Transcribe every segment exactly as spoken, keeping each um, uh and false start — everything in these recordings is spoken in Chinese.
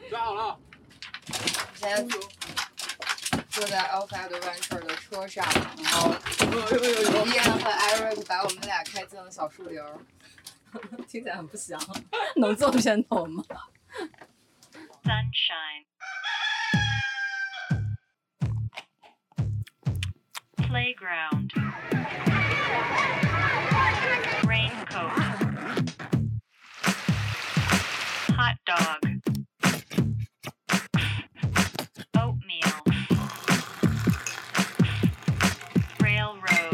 抓好了。 现在坐坐在 Alpha Adventure 的车上，然后伊安和 Eric 把我们俩开进了小树林，听起来很不祥。能做片头吗 ？Sunshine, playground, raincoat, hot dog.Oatmeal, railroad,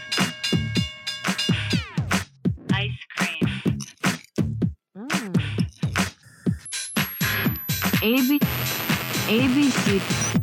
ice cream. Mm. A B A B C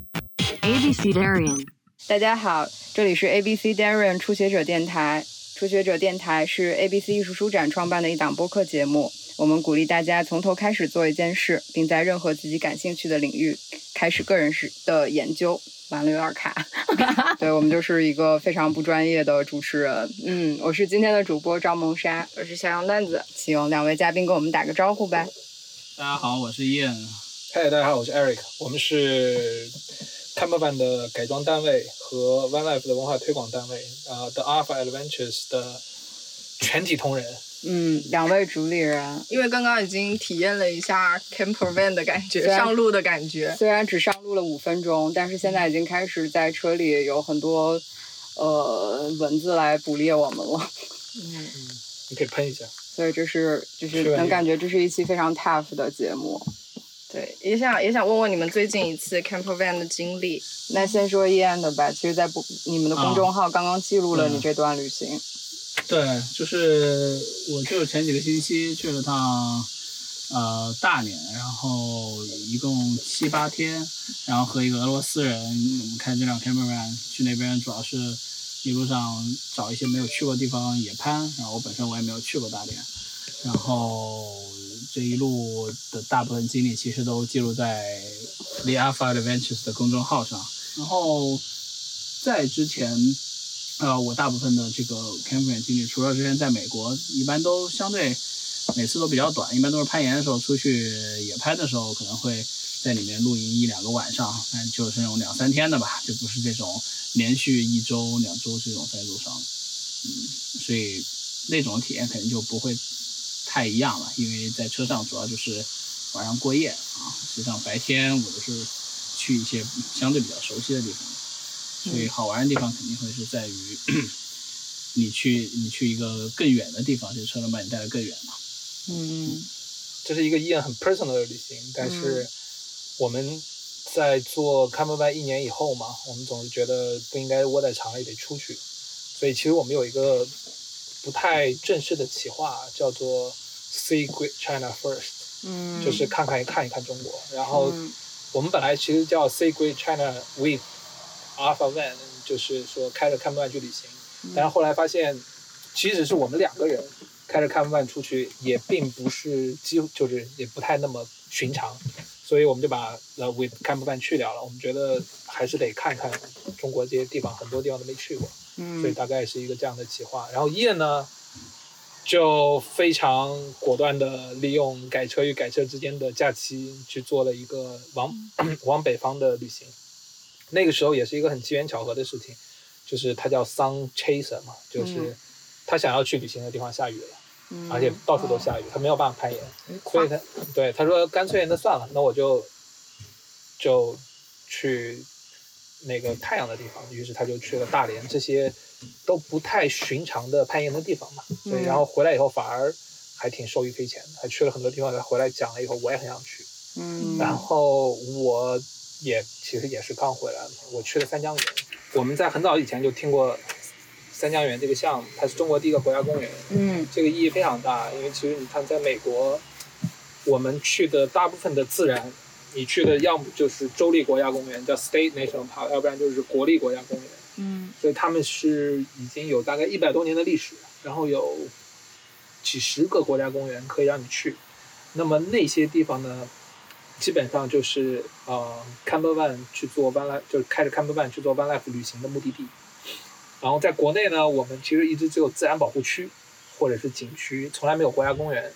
A B C Darian。 大家好，这里是 A B C Darian 初学者电台。初学者电台是 A B C 艺术书展创办的一档播客节目。我们鼓励大家从头开始做一件事，并在任何自己感兴趣的领域开始个人式的研究。完了有点卡对，我们就是一个非常不专业的主持人。嗯，我是今天的主播赵梦莎，我是小羊蛋子。请两位嘉宾跟我们打个招呼呗。 大家好，我是 Ian。 嗨，大家好，我是 Eric。我们是 Campervan 的改装单位和 Van Life 的文化推广单位，呃 The Alpha Adventures 的全体同仁。 嗯，两位主理人， 因为刚刚已经体验了一下 Campervan 的感觉，上路的感觉。 虽然只上路了五分钟，但是现在已经开始在车里有很多呃蚊子来捕猎我们了。 嗯，你可以喷一下。 所以这是就是能感觉这是一期非常 tough 的节目。 对，也想也想问问你们最近一次 Campervan 的经历。 那先说伊安的吧，其实在你们的公众号刚刚记录了你这段旅行。 嗯对，就是我就前几个星期去了趟呃大连，然后一共七八天，然后和一个俄罗斯人，我们开这辆 campervan 去那边，主要是一路上找一些没有去过的地方野攀，然后我本身我也没有去过大连，然后这一路的大部分经历其实都记录在 The Alpha Adventures 的公众号上，然后在之前。呃，我大部分的这个 camping 经历，除了之前在美国，一般都相对每次都比较短，一般都是攀岩的时候出去野攀的时候，可能会在里面露营一两个晚上，但就是那种两三天的吧，就不是这种连续一周、两周这种在路上，嗯，所以那种体验肯定就不会太一样了，因为在车上主要就是晚上过夜啊，实际上白天我都是去一些相对比较熟悉的地方。所以好玩的地方肯定会是在于你去你去一个更远的地方，这车能把你带得更远嘛。 嗯， 这是一个依然很 personal 的旅行，但是我们在做 Campervan 一年以后嘛，我们总是觉得不应该窝在厂里，得出去，所以其实我们有一个不太正式的企划，叫做 See Great China First， 嗯，就是看看看一看中国。然后我们本来其实叫 See Great China with Alpha Van， 就是说开着 Campervan 去旅行，但是后来发现即使是我们两个人开着 Campervan 出去也并不是几乎就是也不太那么寻常，所以我们就把呃 with Campervan 去掉了。我们觉得还是得看看中国这些地方，很多地方都没去过，所以大概是一个这样的企划。然后Ian呢就非常果断的利用改车与改车之间的假期去做了一个往往北方的旅行。那个时候也是一个很机缘巧合的事情，就是他叫 Sun Chaser 嘛，就是他想要去旅行的地方下雨了，嗯、而且到处都下雨，他没有办法攀岩，嗯、所以他对他说干脆那算了，那我就就去那个太阳的地方，于是他就去了大连，这些都不太寻常的攀岩的地方嘛，所以然后回来以后反而还挺受益匪浅的，还去了很多地方，再回来讲了以后我也很想去，嗯，然后我。也其实也是刚回来，我去了三江源。我们在很早以前就听过三江源这个项目，它是中国第一个国家公园。嗯，这个意义非常大，因为其实你看，在美国，我们去的大部分的自然，你去的要么就是州立国家公园，叫 State National Park， 要不然就是国立国家公园。嗯，所以他们是已经有大概一百多年的历史，然后有几十个国家公园可以让你去。那么那些地方呢？基本上就是呃 Campervan 去做 Van Life， 就是开着 Campervan 去做 Van Life 旅行的目的地。然后在国内呢，我们其实一直只有自然保护区或者是景区，从来没有国家公园。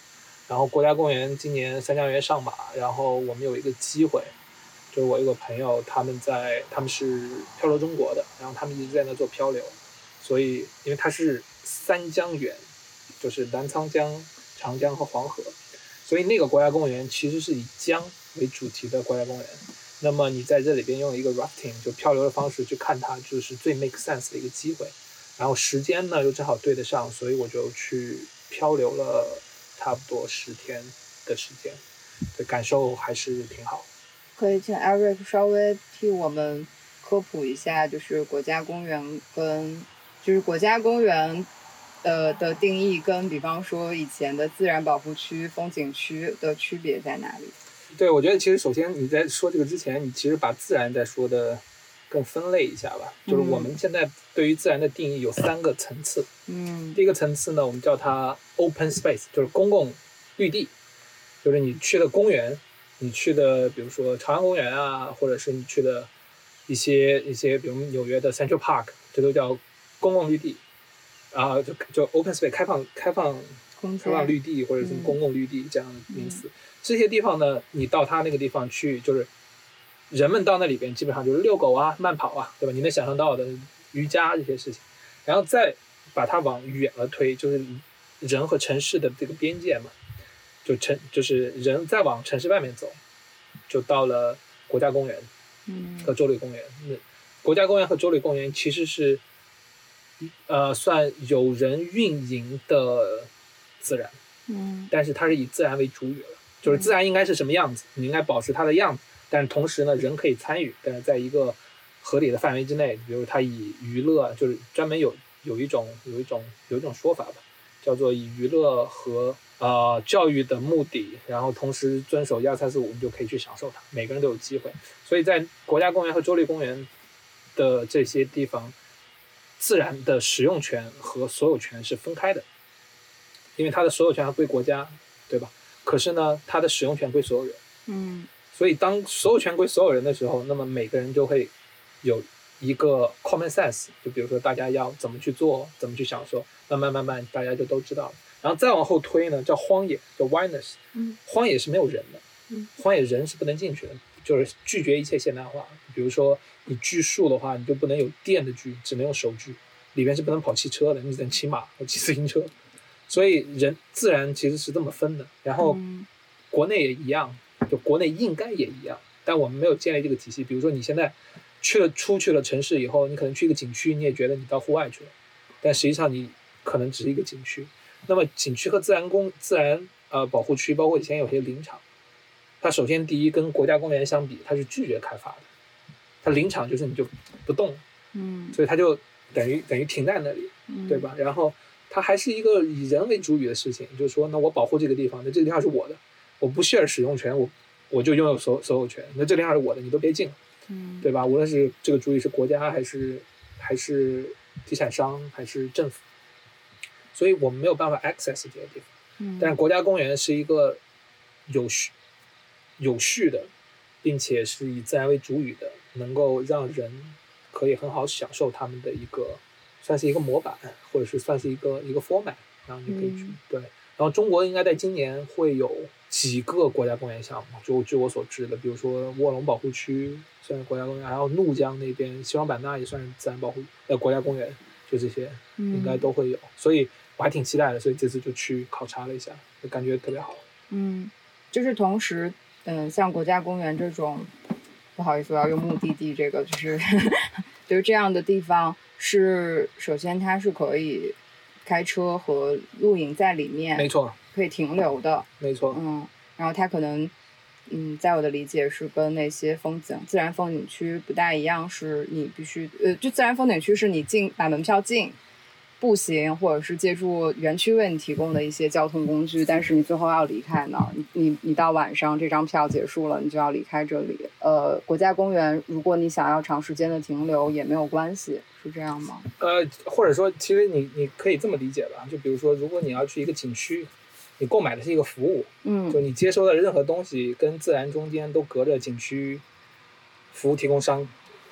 然后国家公园今年三江源上马，然后我们有一个机会，就是我有个朋友，他们在他们是漂流中国的，然后他们一直在那做漂流，所以因为它是三江源，就是澜沧江、长江和黄河，所以那个国家公园其实是以江为主题的国家公园。那么你在这里边用一个 rafting 就漂流的方式去看它，就是最 make sense 的一个机会。然后时间呢又正好对得上，所以我就去漂流了差不多十天的时间，对，感受还是挺好。 可以请 Eric 稍微替我们科普一下，就是国家公园跟就是国家公园呃的定义跟比方说以前的自然保护区、风景区的区别在哪里？ 对，我觉得其实首先你在说这个之前，你其实把自然再说的更分类一下吧。就是我们现在对于自然的定义有三个层次。 嗯， 第一个层次呢，我们叫它 open space， 就是公共绿地，就是你去的公园，你去的比如说朝阳公园啊，或者是你去的一些一些，比如纽约的 Central Park， 这都叫公共绿地啊，就就 open space 开放开放开放绿地或者是公共绿地这样的名词。嗯，这些地方呢，你到它那个地方去，就是人们到那里边基本上就是遛狗啊、慢跑啊，对吧？你能想象到的瑜伽这些事情，然后再把它往远了推，就是人和城市的这个边界嘛，就城就是人再往城市外面走，就到了国家公园和州立公园。嗯，国家公园和州立公园其实是呃算有人运营的自然， 嗯， 但是它是以自然为主语了。就是自然应该是什么样子，你应该保持它的样子，但是同时呢，人可以参与，但是在一个合理的范围之内。比如它以娱乐，就是专门有有一种有一种有一种说法吧，叫做以娱乐和呃教育的目的，然后同时遵守一二三四五，你就可以去享受它，每个人都有机会。所以在国家公园和州立公园的这些地方，自然的使用权和所有权是分开的，因为它的所有权还归国家，对吧？可是呢，它的使用权归所有人。 嗯， 所以当所有权归所有人的时候，那么每个人就会有一个 common sense， 就比如说大家要怎么去做，怎么去享受，慢慢慢慢大家就都知道了。然后再往后推呢，叫荒野，叫 wilderness。 嗯， 荒野是没有人的， 嗯， 荒野人是不能进去的，就是拒绝一切现代化。比如说你锯树的话，你就不能有电的锯，只能用手锯，里面是不能跑汽车的，你只能骑马或骑自行车。所以人自然其实是这么分的，然后国内也一样，就国内应该也一样，但我们没有建立这个体系。比如说你现在去了出去了城市以后，你可能去一个景区，你也觉得你到户外去了，但实际上你可能只是一个景区。那么景区和自然公自然呃保护区，包括以前有些林场，它首先第一跟国家公园相比，它是拒绝开发的，它林场就是你就不动， 嗯， 所以它就等于等于停在那里，对吧？然后它还是一个以人为主语的事情，就是说，那我保护这个地方，那这个地方是我的，我不 share 使用权，我我就拥有所所有权，那这个地方是我的，你都别进， 嗯， 对吧？无论是这个主语是国家还是还是地产商还是政府，所以我们没有办法 access 这些地方。 嗯， 但是国家公园是一个有序有序的，并且是以自然为主语的，能够让人可以很好享受他们的一个。算是一个模板，或者是算是一个一个 format， 然后你可以去、嗯、对。然后中国应该在今年会有几个国家公园项目，就据我所知的，比如说卧龙保护区算是国家公园，还有怒江那边西双版纳也算是自然保护呃国家公园，就这些应该都会有、嗯，所以我还挺期待的，所以这次就去考察了一下，就感觉特别好。 嗯，就是同时，嗯，像国家公园这种，不好意思，我要用目的地这个，就是就是这样的地方。是，首先它是可以开车和露营在里面， 没错， 可以停留的， 没错， 嗯，然后它可能，嗯，在我的理解是跟那些风景自然风景区不大一样，是你必须，呃，就自然风景区是你进买门票进，步行或者是借助园区为你提供的一些交通工具，但是你最后要离开那儿，你你你到晚上这张票结束了，你就要离开这里。呃，国家公园如果你想要长时间的停留也没有关系，是这样吗？ 呃，或者说其实你你可以这么理解吧，就比如说如果你要去一个景区，你购买的是一个服务， 嗯， 就你接收的任何东西跟自然中间都隔着景区服务提供商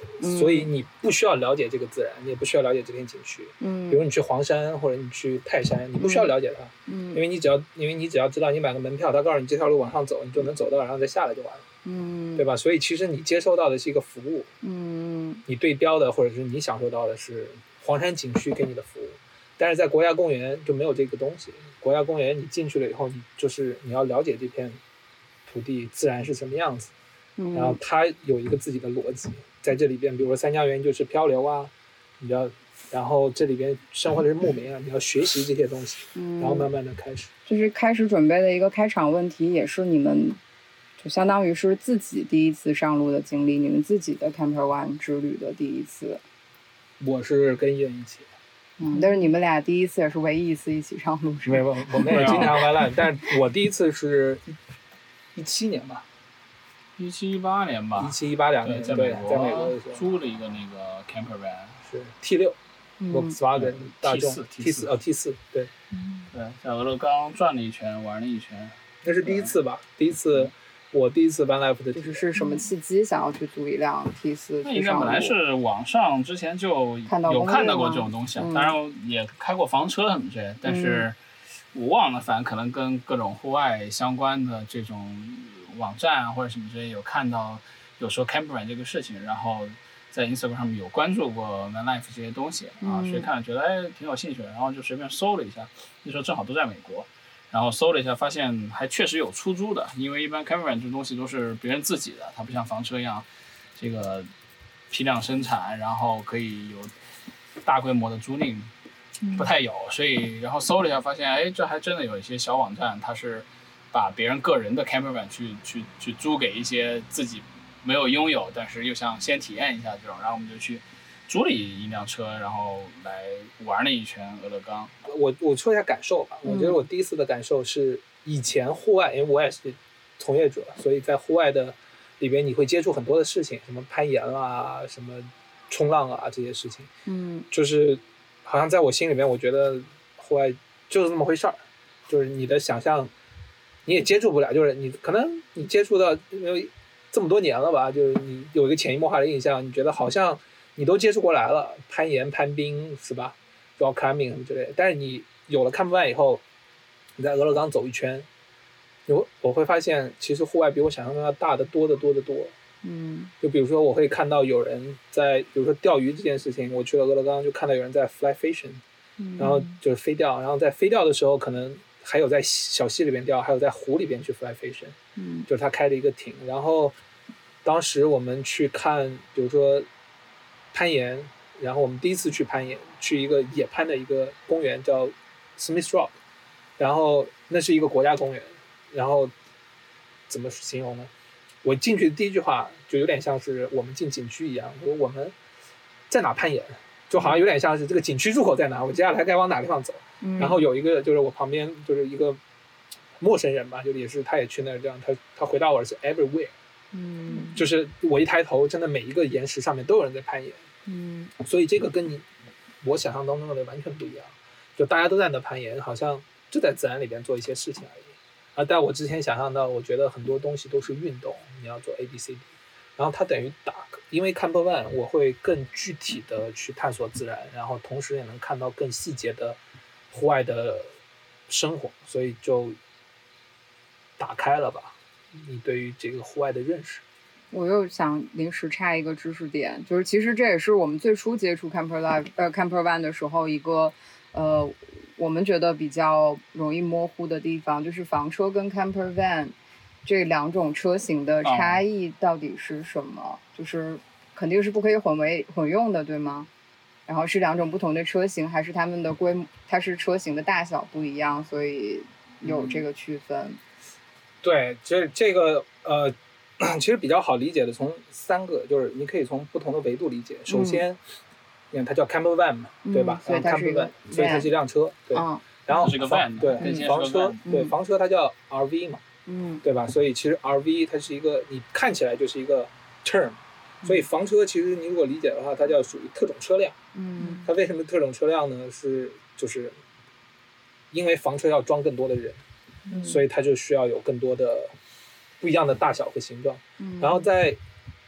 嗯所以你不需要了解这个自然，你也不需要了解这片景区。 嗯， 比如你去黄山或者你去泰山，你不需要了解它， 嗯因为你只要因为你只要知道你买个门票，他告诉你这条路往上走，你就能走到，然后再下来就完了， 嗯对吧？所以其实你接收到的是一个服务， 嗯你对标的或者是你享受到的是黄山景区给你的服务。但是在国家公园就没有这个东西。国家公园你进去了以后，你就是你要了解这片土地自然是什么样子， 嗯， 然后它有一个自己的逻辑，在这里边，比如说三家园就是漂流啊，你要，然后这里边生活的是牧民啊，你要学习这些东西， 嗯然后慢慢的开始。 就是开始准备的一个开场问题，也是你们就相当于是自己第一次上路的经历，你们自己的 Camper One 之旅的第一次。 我是跟伊人一起， 嗯，但是你们俩第一次也是唯一一次一起上路，是吗？ 没有，我们也经常玩烂，但是我第一次是一一七年吧， 一七一八年吧一，七一八两对， 年，对， 在美在美国国的时候租了一个那个 camper van， 是 T 六嗯 ，Volkswagen 大众 T 四 T 四哦 T 四，对， 对，在俄勒冈转了一圈，玩了一圈。 那是第一次吧，第一次我第一次 van life 的体验， 就是是什么契机想要去租一辆 T 四那应该去上路？ 本来是网上之前就看到攻略有看到过吗这种东西啊， 嗯当然也开过房车什么之类的，但是我忘了，反正可能跟各种户外相关的这种网站啊或者什么之类有看到有说 camper 这个事情，然后在 Instagram 上面有关注过 van life 这些东西啊， 嗯所以看了觉得哎挺有兴趣的，然后就随便搜了一下，那时候正好都在美国。然后搜了一下，发现还确实有出租的，因为一般 camper 这东西都是别人自己的，它不像房车一样，这个批量生产，然后可以有大规模的租赁，不太有。所以然后搜了一下，发现哎，这还真的有一些小网站，它是把别人个人的 camper 去去去租给一些自己没有拥有，但是又想先体验一下这种，然后我们就去租了一一辆车，然后来玩了一圈俄勒冈。 我我说一下感受吧，我觉得我第一次的感受是以前户外，因为我也是从业者，所以在户外的里边你会接触很多的事情，什么攀岩啦，什么冲浪啊这些事情， 嗯就是好像在我心里面，我觉得户外就是那么回事儿，就是你的想象你也接触不了，就是你可能你接触到因为这么多年了吧，就是你有一个潜移默化的印象，你觉得好像你都接触过来了，攀岩、攀冰是吧？rock climbing 什么之类的。但是你有了 camper van 以后，你在俄勒冈走一圈，我我会发现其实户外比我想象中要大得多得多得多。 嗯就比如说我会看到有人在，比如说钓鱼这件事情，我去了俄勒冈就看到有人在 fly fishing， 嗯， 然后就是飞钓，然后在飞钓的时候可能还有在小溪里边钓，还有在湖里边去 fly fishing， 嗯就是他开了一个艇。然后当时我们去看，比如说攀岩，然后我们第一次去攀岩，去一个野攀的一个公园叫 Smith Rock， 然后那是一个国家公园，然后怎么形容呢？我进去的第一句话就有点像是我们进景区一样，我说我们在哪攀岩，就好像有点像是这个景区入口在哪，我接下来该往哪地方走。 嗯， 然后有一个就是我旁边就是一个陌生人吧，就也是他也去那儿这样，他他回答我是 everywhere， 嗯就是我一抬头，真的每一个岩石上面都有人在攀岩， 嗯所以这个跟你我想象当中的完全不一样，就大家都在那攀岩，好像就在自然里边做一些事情而已。啊，但我之前想象到，我觉得很多东西都是运动，你要做 A B C D， 然后它等于打，因为 Camper Van 我会更具体的去探索自然，然后同时也能看到更细节的户外的生活，所以就打开了吧你对于这个户外的认识。 我又想临时插一个知识点，就是其实这也是我们最初接触 Camper Life 呃 Camper Van 的时候一个呃我们觉得比较容易模糊的地方，就是房车跟 Camper Van 这两种车型的差异到底是什么？就是肯定是不可以混为混用的，对吗？然后是两种不同的车型，还是它们的规模，它是车型的大小不一样，所以有这个区分。 对，这这个呃，其实比较好理解的，从三个就是你可以从不同的维度理解。首先，你看它叫 camper van 嘛， 嗯对吧？ 所以它是一个 van，所以它是一辆车，对。 嗯然后它是个房 van， 对跟前是个房车 van， 对嗯房车它叫 R V 嘛， 嗯对吧？所以其实 R V 它是一个你看起来就是一个 term，所以房车其实你如果理解的话，它叫属于特种车辆。 嗯它为什么特种车辆呢？是就是因为房车要装更多的人， 嗯， 所以它就需要有更多的不一样的大小和形状。 嗯然后在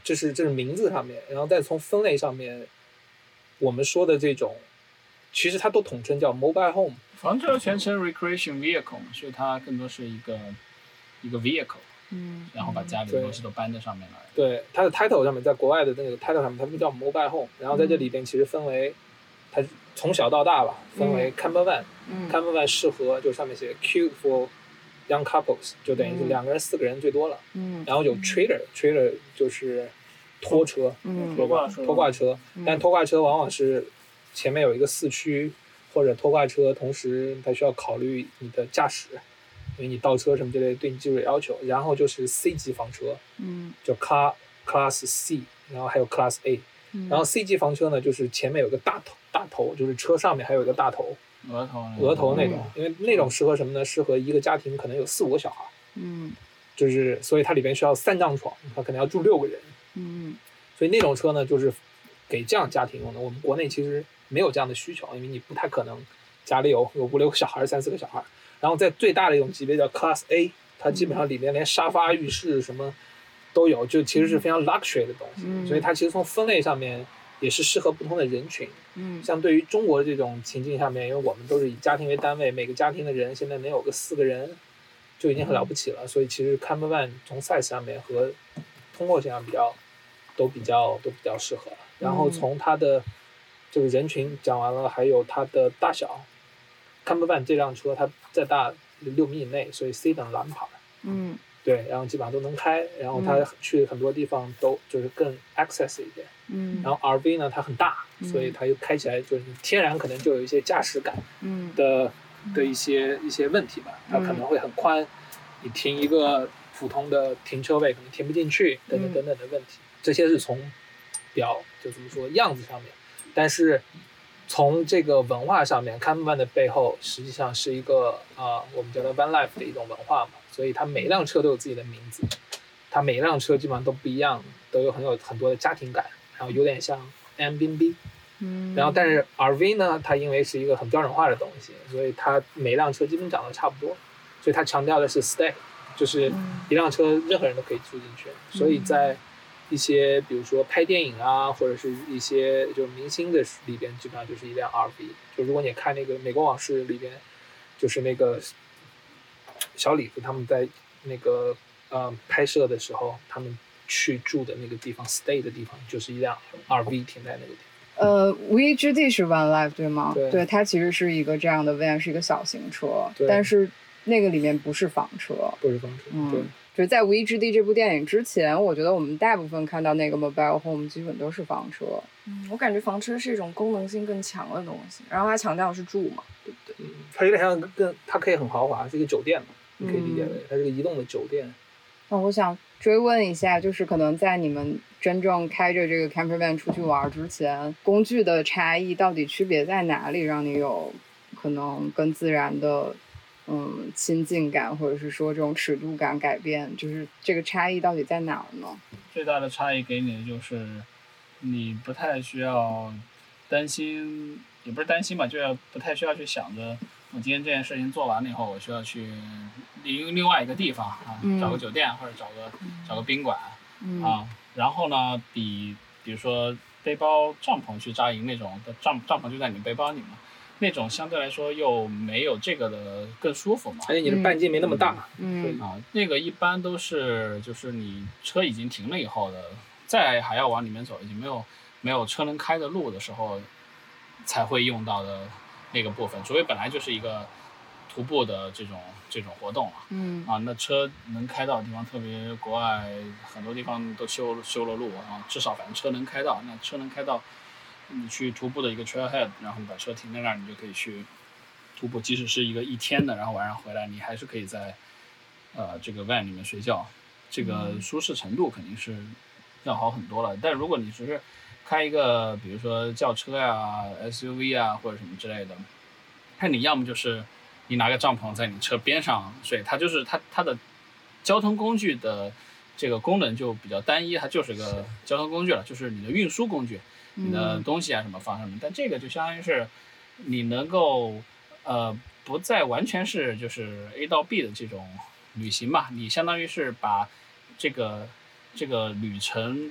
这是这是名字上面，然后再从分类上面，我们说的这种，其实它都统称叫 mobile home。 房车全称 recreation vehicle 嘛，所以它更多是一个一个 vehicle， 嗯， 然后把家里的东西都搬在上面来。 对，它的 title 上面，在国外的那个 title 上面，它不叫 mobile home， 然后在这里边其实分为，它从小到大吧，分为 camper van， 嗯 camper van 适合就上面写 cute for young couples， 就等于是两个人、四个人最多了。 嗯然后有 trailer，trailer 就是拖车， 嗯对吧？拖挂车，但拖挂车往往是前面有一个四驱，或者拖挂车，同时它需要考虑你的驾驶，因为你倒车什么之类的对你技术有要求。然后就是 C 级房车， 嗯叫 car class C， 然后还有 class A，、 嗯然后 C 级房车呢，就是前面有个大头，大头就是车上面还有一个大头， 额头额头那种，因为那种适合什么呢？适合一个家庭可能有四五个小孩， 嗯就是所以它里边需要三张床，它可能要住六个人， 嗯所以那种车呢，就是给这样家庭用的。我们国内其实没有这样的需求，因为你不太可能家里有有五六个小孩、三四个小孩。然后在最大的一种级别叫 Class A， 它基本上里面连沙发、浴室什么都有，就其实是非常 luxury 的东西。 嗯所以它其实从分类上面也是适合不同的人群。 嗯像对于中国这种情境下面，因为我们都是以家庭为单位，每个家庭的人现在能有个四个人，就已经很了不起了。所以其实 camper van 从 size 上面和通过性上比较，都比较都比较适合。然后从它的这个人群讲完了，还有它的大小 ，camper van 这辆车它再大六米以内，所以 C 等蓝牌。 嗯对，然后基本上都能开，然后它去很多地方都就是更 access 一点。 嗯然后 R V 呢，它很大，所以它又开起来就是天然可能就有一些驾驶感嗯的的一些一些问题吧。它可能会很宽，你停一个普通的停车位可能停不进去，等等等等的问题。这些是从表就怎么说样子上面，但是从这个文化上面 camper van 的背后实际上是一个啊、呃，我们叫它 van life 的一种文化嘛。所以它每一辆车都有自己的名字，它每一辆车基本上都不一样，都有很有很多的家庭感，然后有点像 Airbnb。 嗯， 然后但是 R V 呢，它因为是一个很标准化的东西，所以它每一辆车基本长得差不多，所以它强调的是 stay， 就是一辆车任何人都可以住进去。所以在一些比如说拍电影啊，或者是一些就是明星的里边，基本上就是一辆 R V。就如果你看那个《美国往事》里边，就是那个小李子他们在那个呃拍摄的时候，他们去住的那个地方 stay 的地方，就是一辆 R V 停在那个地方。 呃 V G D 是 Van Life 对吗？ 对它其实是一个这样的 van， 是一个小型车， 对但是那个里面不是房车。 不是房车， 嗯对。 就是在 V G D 这部电影之前，我觉得我们大部分看到那个 mobile home 基本都是房车。 嗯，我感觉房车是一种功能性更强的东西，然后它强调的是住嘛，对不对？ 嗯，它有点像更，它可以很豪华，是一个酒店嘛，你可以理解为嗯它是个移动的酒店。 那我想追问一下，就是可能在你们真正开着这个 camper van 出去玩之前，工具的差异到底区别在哪里，让你有可能跟自然的嗯亲近感，或者是说这种尺度感改变，就是这个差异到底在哪儿呢？ 最大的差异给你的就是你不太需要担心，也不是担心吧，就要不太需要去想着我今天这件事情做完了以后，我需要去另另外一个地方啊， 嗯找个酒店或者找个找个宾馆嗯啊，然后呢，比比如说背包帐篷去扎营那种，帐帐篷就在你背包里嘛，那种相对来说又没有这个的更舒服嘛。 而且你的半径没那么大。 嗯啊，那个一般都是就是你车已经停了以后的，再还要往里面走，已经没有没有车能开的路的时候，才会用到的那个部分。除非本来就是一个徒步的这种这种活动了。 嗯啊，那车能开到的地方，特别国外很多地方都修修了路啊，至少反正车能开到，那车能开到，你去徒步的一个 trailhead， 然后你把车停在那儿，你就可以去徒步，即使是一个一天的，然后晚上回来，你还是可以在呃这个 van 里面睡觉，这个舒适程度肯定是要好很多了。但如果你只是开一个比如说轿车呀、S U V 啊或者什么之类的，那你要么就是你拿个帐篷在你车边上睡，它就是它它的交通工具的这个功能就比较单一，它就是个交通工具了，就是你的运输工具，你的东西啊什么放上面。但这个就相当于是你能够呃不再完全是就是 A 到 B 的这种旅行嘛，你相当于是把这个这个旅程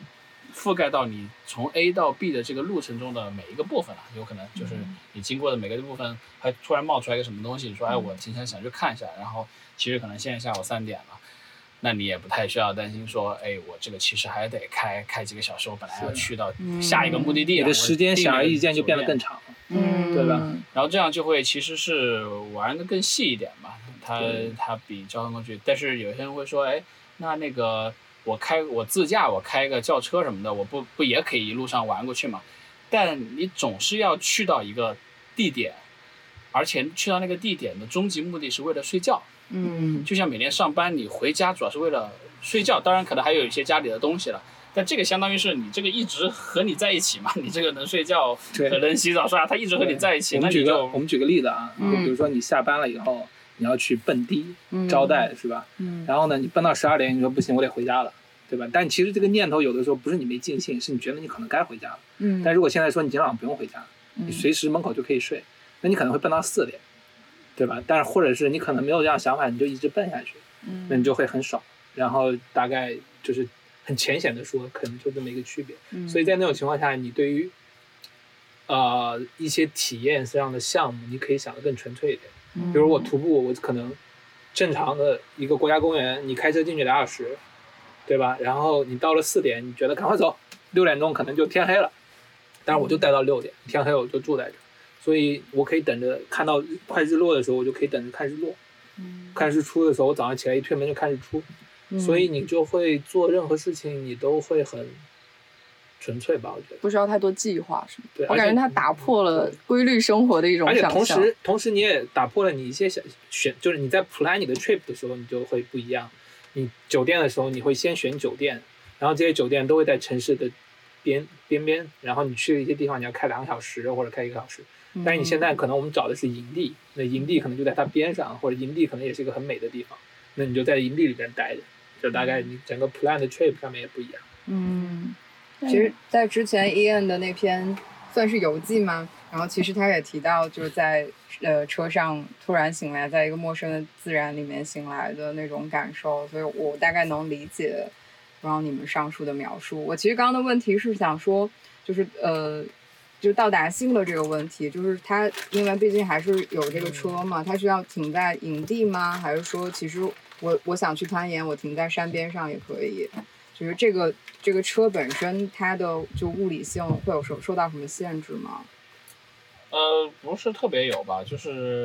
覆盖到你从 A 到 B 的这个路程中的每一个部分了，有可能就是你经过的每个部分还突然冒出来一个什么东西，你说哎我停下想去看一下，然后其实可能现在下午三点了，那你也不太需要担心说，哎我这个其实还得开开几个小时，我本来要去到下一个目的地， 你的时间显而易见就变得更长， 嗯， 对吧？ 然后这样就会其实是玩的更细一点嘛，它它比交通工具，但是有些人会说，哎，那那个我开我自驾，我开个轿车什么的，我不不也可以一路上玩过去嘛？但你总是要去到一个地点，而且去到那个地点的终极目的是为了睡觉。 嗯， 就像每天上班，你回家主要是为了睡觉，当然可能还有一些家里的东西了。但这个相当于是你这个一直和你在一起嘛，你这个能睡觉和能洗澡刷，它一直和你在一起。 我们举个那你就我们举个例子啊， 嗯比如说你下班了以后，你要去蹦迪、 嗯招待是吧？ 嗯然后呢，你蹦到十二点，你说不行，我得回家了，对吧？但其实这个念头有的时候不是你没尽兴，是你觉得你可能该回家了。 嗯， 但如果现在说你今天晚上不用回家， 嗯你随时门口就可以睡，那你可能会蹦到四点，对吧？但是或者是你可能没有这样想法，你就一直蹦下去， 嗯那你就会很爽。然后大概就是很浅显的说，可能就这么一个区别。 嗯所以在那种情况下，你对于呃一些体验上的项目，你可以想得更纯粹一点。 嗯比如我徒步，我可能正常的一个国家公园，你开车进去俩小时，对吧？然后你到了四点，你觉得赶快走，六点钟可能就天黑了，但是我就待到六点，天黑了我就住在这，所以我可以等着看到快日落的时候，我就可以等着看日落。 嗯看日出的时候，我早上起来一推门就看日出， 嗯所以你就会做任何事情，你都会很纯粹吧？我觉得。 不需要太多计划，是吗？ 对， 我感觉它打破了规律生活的一种而且同想象。 时，同时你也打破了你一些想选，就是你在 plan 你的 trip 的时候，你就会不一样。你酒店的时候，你会先选酒店，然后这些酒店都会在城市的边边边，然后你去一些地方，你要开两个小时或者开一个小时。但是你现在可能我们找的是营地，那营地可能就在它边上，或者营地可能也是一个很美的地方，那你就在营地里边待着，就大概你整个 plan 的 trip 上面也不一样。 嗯，其实，在之前 Ian 的那篇算是游记嘛，然后其实他也提到，就是在呃车上突然醒来，在一个陌生的自然里面醒来的那种感受，所以我大概能理解，然后你们上述的描述。我其实刚刚的问题是想说，就是呃。就到达性的这个问题，就是它因为毕竟还是有这个车嘛，它需要停在营地吗？还是说其实我我想去攀岩，我停在山边上也可以？就是这个这个车本身它的就物理性会有受受到什么限制吗？ 呃，不是特别有吧，就是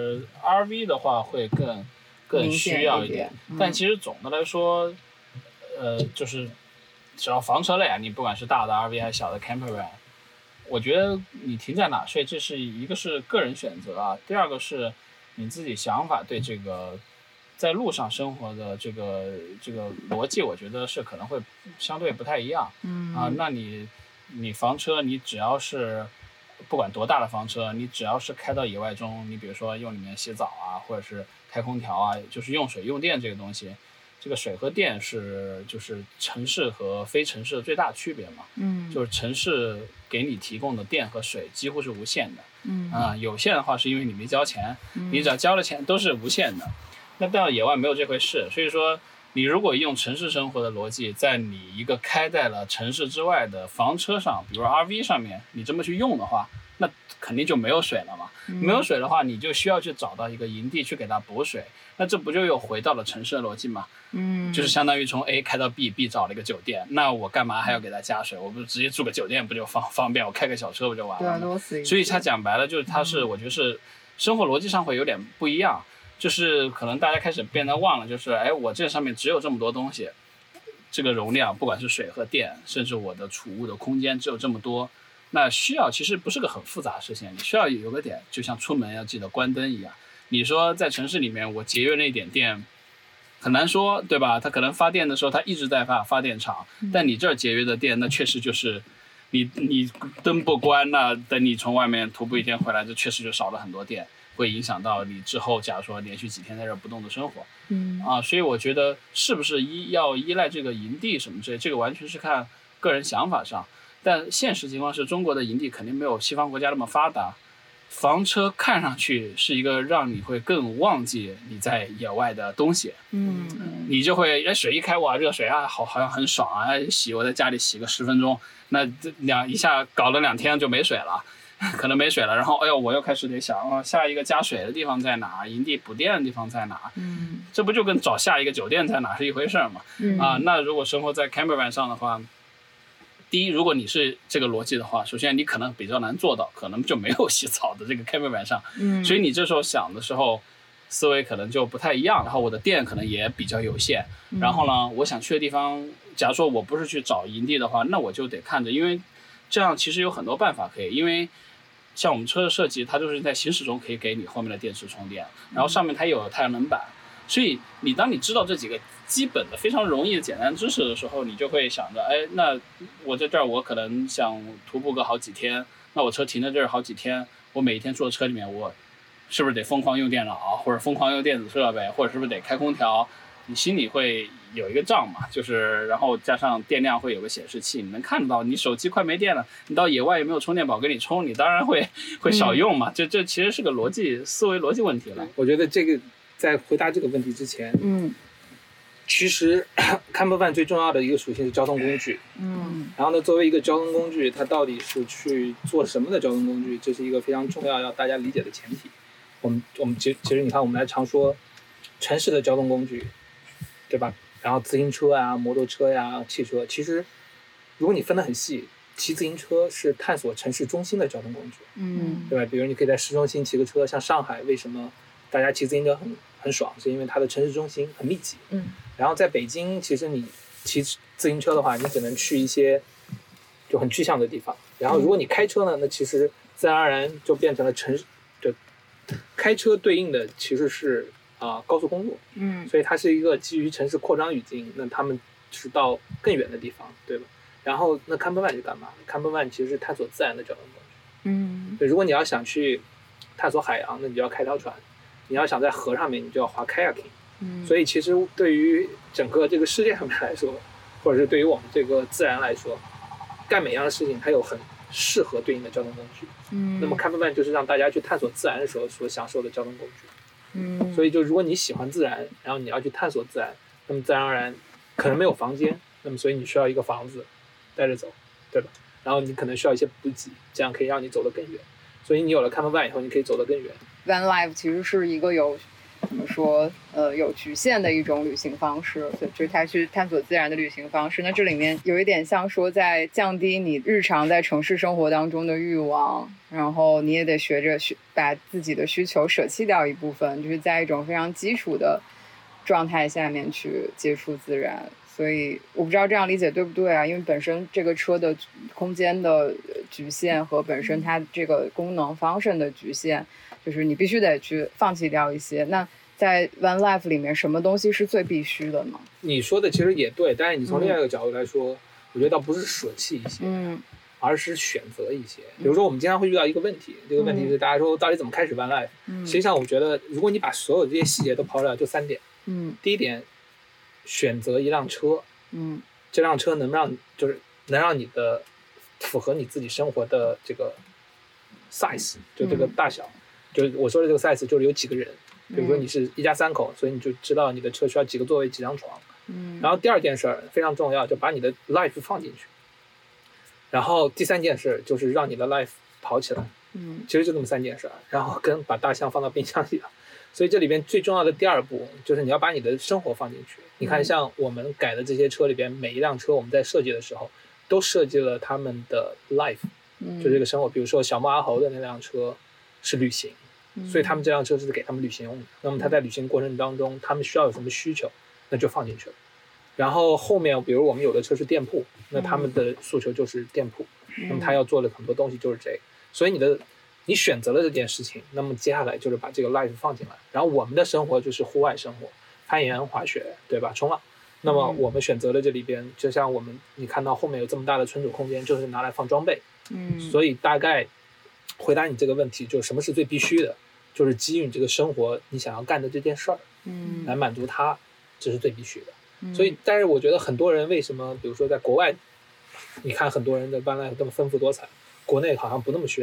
R V 的话会更更需要一点， 明显一点嗯、 但其实总的来说，呃，就是只要房车类啊，你不管是大的 R V 还是小的 camper van， 我觉得你停在哪睡，这是一个是个人选择啊，第二个是你自己想法对这个在路上生活的这个这个逻辑，我觉得是可能会相对不太一样。 嗯啊，那你你房车，你只要是不管多大的房车，你只要是开到野外中，你比如说用里面洗澡啊，或者是开空调啊，就是用水用电这个东西，这个水和电是就是城市和非城市的最大区别嘛。 嗯， 就是城市给你提供的电和水几乎是无限的。 嗯啊、有限的话是因为你没交钱， 嗯你只要交了钱都是无限的。那到野外没有这回事，所以说你如果用城市生活的逻辑，在你一个开在了城市之外的房车上，比如 R V 上面，你这么去用的话，那肯定就没有水了嘛。没有水的话，你就需要去找到一个营地去给它补水，那这不就又回到了城市的逻辑吗？ 嗯， 就是相当于从 A 开到 B，B 找了一个酒店，那我干嘛还要给它加水？我不是直接住个酒店不就方方便？我开个小车不就完对啊， 了吗？ 多死一所以他讲白了就是他是，我觉得是生活逻辑上会有点不一样，就是可能大家开始变得忘了，就是哎，我这上面只有这么多东西，这个容量不管是水和电，甚至我的储物的空间只有这么多，那需要其实不是个很复杂的事情，你需要有个点，就像出门要记得关灯一样。你说在城市里面我节约那一点电，很难说，对吧？它可能发电的时候它一直在发发电厂，但你这儿节约的电，那确实就是你你灯不关，那等你从外面徒步一天回来，这确实就少了很多电，会影响到你之后假如说连续几天在这儿不动的生活。 嗯啊，所以我觉得是不是依要依赖这个营地什么之类，这个完全是看个人想法上。但现实情况是中国的营地肯定没有西方国家那么发达， 房车看上去是一个让你会更忘记你在野外的东西， 嗯你就会哎水一开哇热水啊好好像很爽啊，哎洗我在家里洗个十分钟，那这两一下搞了两天就没水了，可能没水了，然后哎呦我又开始得想啊下一个加水的地方在哪，营地补电的地方在哪， 嗯这不就跟找下一个酒店在哪是一回事嘛？ 嗯啊，那如果生活在 campervan 上的话。第一，如果你是这个逻辑的话，首先你可能比较难做到，可能就没有洗澡的这个 campervan 上， 嗯， 所以你这时候想的时候，思维可能就不太一样。然后我的电可能也比较有限，然后呢，我想去的地方，假如说我不是去找营地的话，那我就得看着，因为这样其实有很多办法可以，因为像我们车的设计，它就是在行驶中可以给你后面的电池充电，然后上面它有太阳能板，所以你当你知道这几个基本的非常容易的简单知识的时候，你就会想着，哎，那我在这儿我可能想徒步个好几天，那我车停在这儿好几天，我每一天坐车里面，我是不是得疯狂用电脑，或者疯狂用电子设备，或者是不是得开空调？你心里会有一个账嘛，就是然后加上电量会有个显示器，你能看得到你手机快没电了，你到野外有没有充电宝给你充，你当然会会少用嘛。这这其实是个逻辑思维逻辑问题了。 我觉得这个在回答这个问题之前， 嗯其实 campervan 最重要的一个属性是交通工具。 嗯然后呢，作为一个交通工具，它到底是去做什么的交通工具，这是一个非常重要要大家理解的前提。我们我们其其实你看，我们来常说城市的交通工具，对吧？然后自行车啊、摩托车呀、汽车，其实如果你分得很细，骑自行车是探索城市中心的交通工具， 嗯对吧？比如你可以在市中心骑个车，像上海为什么大家骑自行车很很爽，是因为它的城市中心很密集。 嗯然后在北京，其实你骑自行车的话，你只能去一些就很具象的地方。然后如果你开车呢，那其实自然而然就变成了城市，就开车对应的其实是啊、呃高速公路， 嗯所以它是一个基于城市扩张语境，那他们是到更远的地方，对吧？然后那 campervan 是干嘛 ？campervan 其实是探索自然的交通工具。 嗯对，如果你要想去探索海洋，那你就要开条船；你要想在河上面，你就要划 kayaking。 嗯， 所以其实对于整个这个世界上面来说，或者是对于我们这个自然来说，干每样的事情它有很适合对应的交通工具。 嗯， 那么 campervan 就是让大家去探索自然的时候所享受的交通工具。 嗯， 所以就如果你喜欢自然，然后你要去探索自然，那么自然而然可能没有房间，那么所以你需要一个房子带着走，对吧？然后你可能需要一些补给，这样可以让你走得更远。所以你有了 campervan 以后，你可以走得更远。 van life 其实是一个有怎么说呃有局限的一种旅行方式，对，就是它去探索自然的旅行方式。那这里面有一点像说在降低你日常在城市生活当中的欲望，然后你也得学着去把自己的需求舍弃掉一部分，就是在一种非常基础的状态下面去接触自然。所以我不知道这样理解对不对啊？因为本身这个车的空间的局限和本身它这个功能 function 的局限，就是你必须得去放弃掉一些。那在 van life 里面，什么东西是最必须的呢？ 你说的其实也对，但是你从另外一个角度来说，嗯、我觉得倒不是舍弃一些， 嗯， 而是选择一些。比如说，我们经常会遇到一个问题，这个问题是大家说到底怎么开始 van life？嗯，实际上我觉得，如果你把所有这些细节都刨掉，就三点。 嗯， 第一点，选择一辆车， 嗯， 这辆车能让就是能让你的符合你自己生活的这个 size， 就这个大小，嗯、就是我说的这个 size 就是有几个人。比如说你是一家三口，所以你就知道你的车需要几个座位、几张床。嗯。然后第二件事儿非常重要，就把你的 life 放进去。然后第三件事就是让你的 life 跑起来。嗯。其实就这么三件事儿，然后跟把大象放到冰箱里了。所以这里边最重要的第二步就是你要把你的生活放进去。你看，像我们改的这些车里边，每一辆车我们在设计的时候，都设计了他们的 life，嗯，就这个生活。比如说小猫阿猴的那辆车是旅行。所以他们这辆车是给他们旅行用的。那么他在旅行过程当中，他们需要有什么需求，那就放进去了。然后后面，比如我们有的车是店铺，那他们的诉求就是店铺。那么他要做的很多东西就是这个。所以你的你选择了这件事情，那么接下来就是把这个 life 放进来。然后我们的生活就是户外生活，攀岩、滑雪，对吧？冲浪。那么我们选择了这里边，就像我们你看到后面有这么大的存储空间，就是拿来放装备。嗯。所以大概。回答你这个问题，就是什么是最必须的，就是基于你这个生活你想要干的这件事儿，嗯，来满足它，这是最必须的。嗯、所以，但是我觉得很多人为什么，比如说在国外，你看很多人的van life这么丰富多彩，国内好像不那么需要。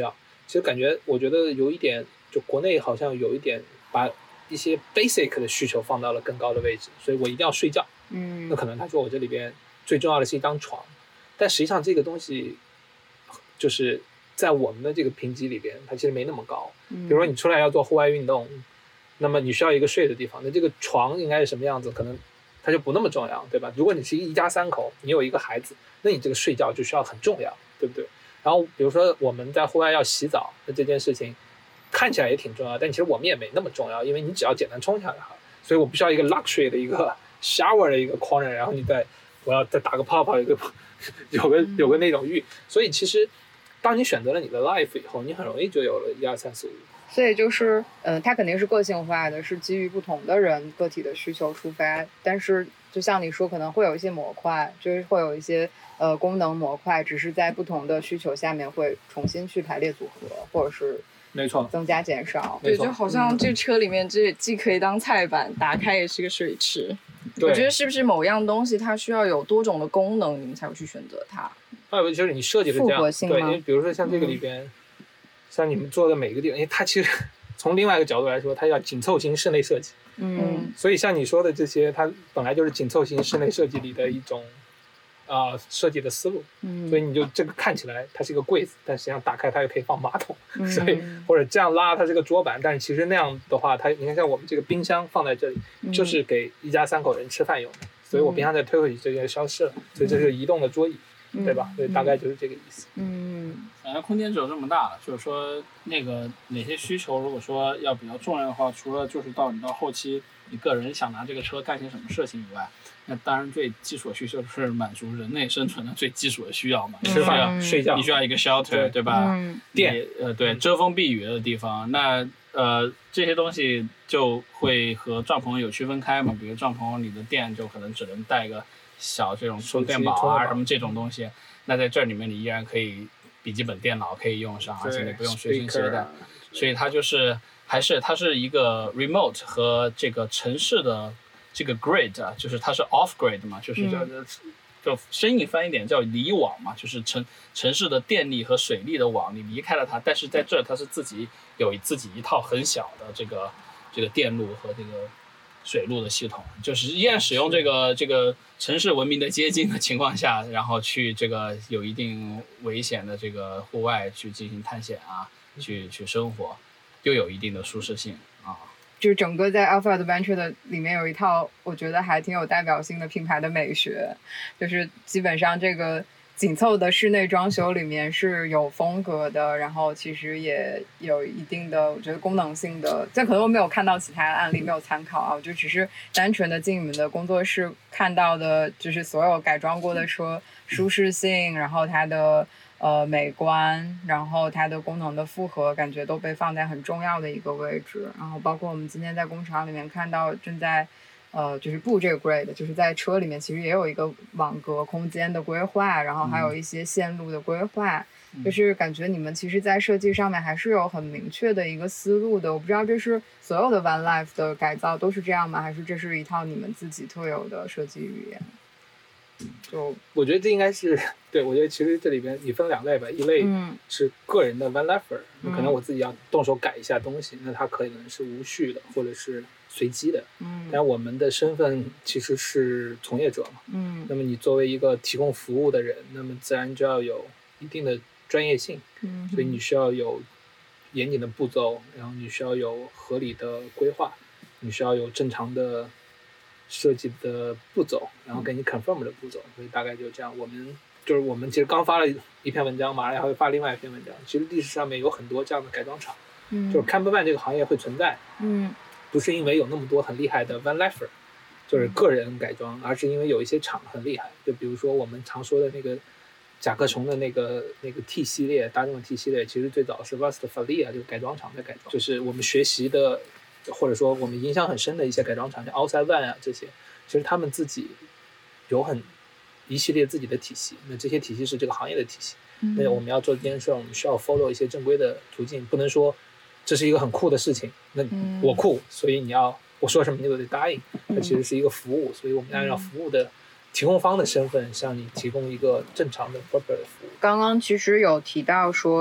其实感觉我觉得有一点，就国内好像有一点把一些 basic 的需求放到了更高的位置，所以我一定要睡觉。 嗯， 那可能他说我这里边最重要的是一张床，但实际上这个东西就是在我们的这个评级里边，它其实没那么高。 比比如说你出来要做户外运动，那么你需要一个睡的地方，那这个床应该是什么样子，可能它就不那么重要，对吧？如果你是一家三口，你有一个孩子，那你这个睡觉就需要很重要，对不对？然后比如说我们在户外要洗澡，那这件事情看起来也挺重要，但其实我们也没那么重要，因为你只要简单冲下来好，所以我不需要一个 luxury 的一个 shower 的一个 corner， 然后你再我要再打个泡泡，有个有个有个那种浴，所以其实当你选择了你的 life 以后，你很容易就有了一二三四五。 所以就是，呃，它肯定是个性化的，是基于不同的人个体的需求出发。但是，就像你说，可能会有一些模块，就是会有一些呃功能模块，只是在不同的需求下面会重新去排列组合，或者是没错增加减少。 对，就好像这车里面这既可以当菜板，打开也是个水池。 对， 我觉得是不是某样东西它需要有多种的功能，你们才会去选择它？ 还有就是你设计是这样，对，因为比如说像这个里边。嗯，像你们做的每个地方，因为它其实从另外一个角度来说，它要紧凑型室内设计。 嗯， 所以像你说的这些，它本来就是紧凑型室内设计里的一种啊、呃、设计的思路。嗯，所以你就这个看起来它是一个柜子，但实际上打开它又可以放马桶，嗯、所以或者这样拉它是个桌板，但是其实那样的话，它你看像我们这个冰箱放在这里，嗯、就是给一家三口人吃饭用的，所以我冰箱再推回去，这就消失了，所以这是移动的桌椅。嗯、对吧？所以大概就是这个意思。 嗯，反正空间只有这么大了，就是说那个哪些需求，如果说要比较重要的话，除了就是到你到后期你个人想拿这个车干些什么事情以外，那当然最基础的需求是满足人类生存的最基础的需要嘛， 吃饭、 嗯、 睡觉， 你需要一个 shelter， 对, 对吧？嗯，电，呃，对，遮风避雨的地方，那呃这些东西就会和帐篷有区分开嘛，比如帐篷你的电就可能只能带个。小这种充电宝啊什么这种东西，那在这里面你依然可以笔记本电脑可以用上，而且你不用随身携带，所以它就是还是它是一个 remote 和这个城市的这个 grid 啊，就是它是 off grid 嘛，就是叫、嗯、就生硬翻一点叫离网嘛，就是城城市的电力和水力的网你离开了它，但是在这它是自己有自己一套很小的这个这个电路和这个水路的系统，就是依然使用这个这个城市文明的接近的情况下，然后去这个有一定危险的这个户外去进行探险啊，去去生活，又有一定的舒适性啊。 就是整个在 Alpha Adventure 的里面有一套我觉得还挺有代表性的品牌的美学，就是基本上这个紧凑的室内装修里面是有风格的，然后其实也有一定的我觉得功能性的，这可能我没有看到其他的案例，没有参考啊，我就只是单纯的进你们的工作室看到的就是所有改装过的车舒适性，然后它的呃美观，然后它的功能的复合感觉都被放在很重要的一个位置，然后包括我们今天在工厂里面看到正在呃，就是布这个 grid， 就是在车里面其实也有一个网格空间的规划，然后还有一些线路的规划，嗯、就是感觉你们其实在设计上面还是有很明确的一个思路的。我不知道这是所有的 Van Life 的改造都是这样吗？还是这是一套你们自己特有的设计语言？就我觉得这应该是对，我觉得其实这里边你分两类吧，一类是个人的 Van Lifer，嗯、可能我自己要动手改一下东西，那它可能是无序的，或者是随机的，嗯，但我们的身份其实是从业者嘛，嗯，那么你作为一个提供服务的人，那么自然就要有一定的专业性，嗯，所以你需要有严谨的步骤，然后你需要有合理的规划，你需要有正常的设计的步骤，然后给你 confirm 的步骤，所以大概就这样。我们就是我们其实刚发了一篇文章，马上还会发另外一篇文章。其实历史上面有很多这样的改装厂，嗯，就是 campervan 这个行业会存在，嗯，不是因为有那么多很厉害的 van lifer， 就是个人改装，而是因为有一些厂很厉害。就比如说我们常说的那个甲壳虫的那个那个 T 系列，大众的 T 系列，其实最早是 Westfalia 这个改装厂在改装，就是我们学习的。或者说我们影响很深的一些改装厂，像 Outside Van 啊这些，其实他们自己有很一系列自己的体系，那这些体系是这个行业的体系。嗯、那我们要做这件事，我们需要 follow 一些正规的途径，不能说这是一个很酷的事情，那我酷，所以你要我说什么你都得答应。它其实是一个服务，所以我们按照服务的提供方的身份，向你提供一个正常的 proper 的服务。 刚刚其实有提到说。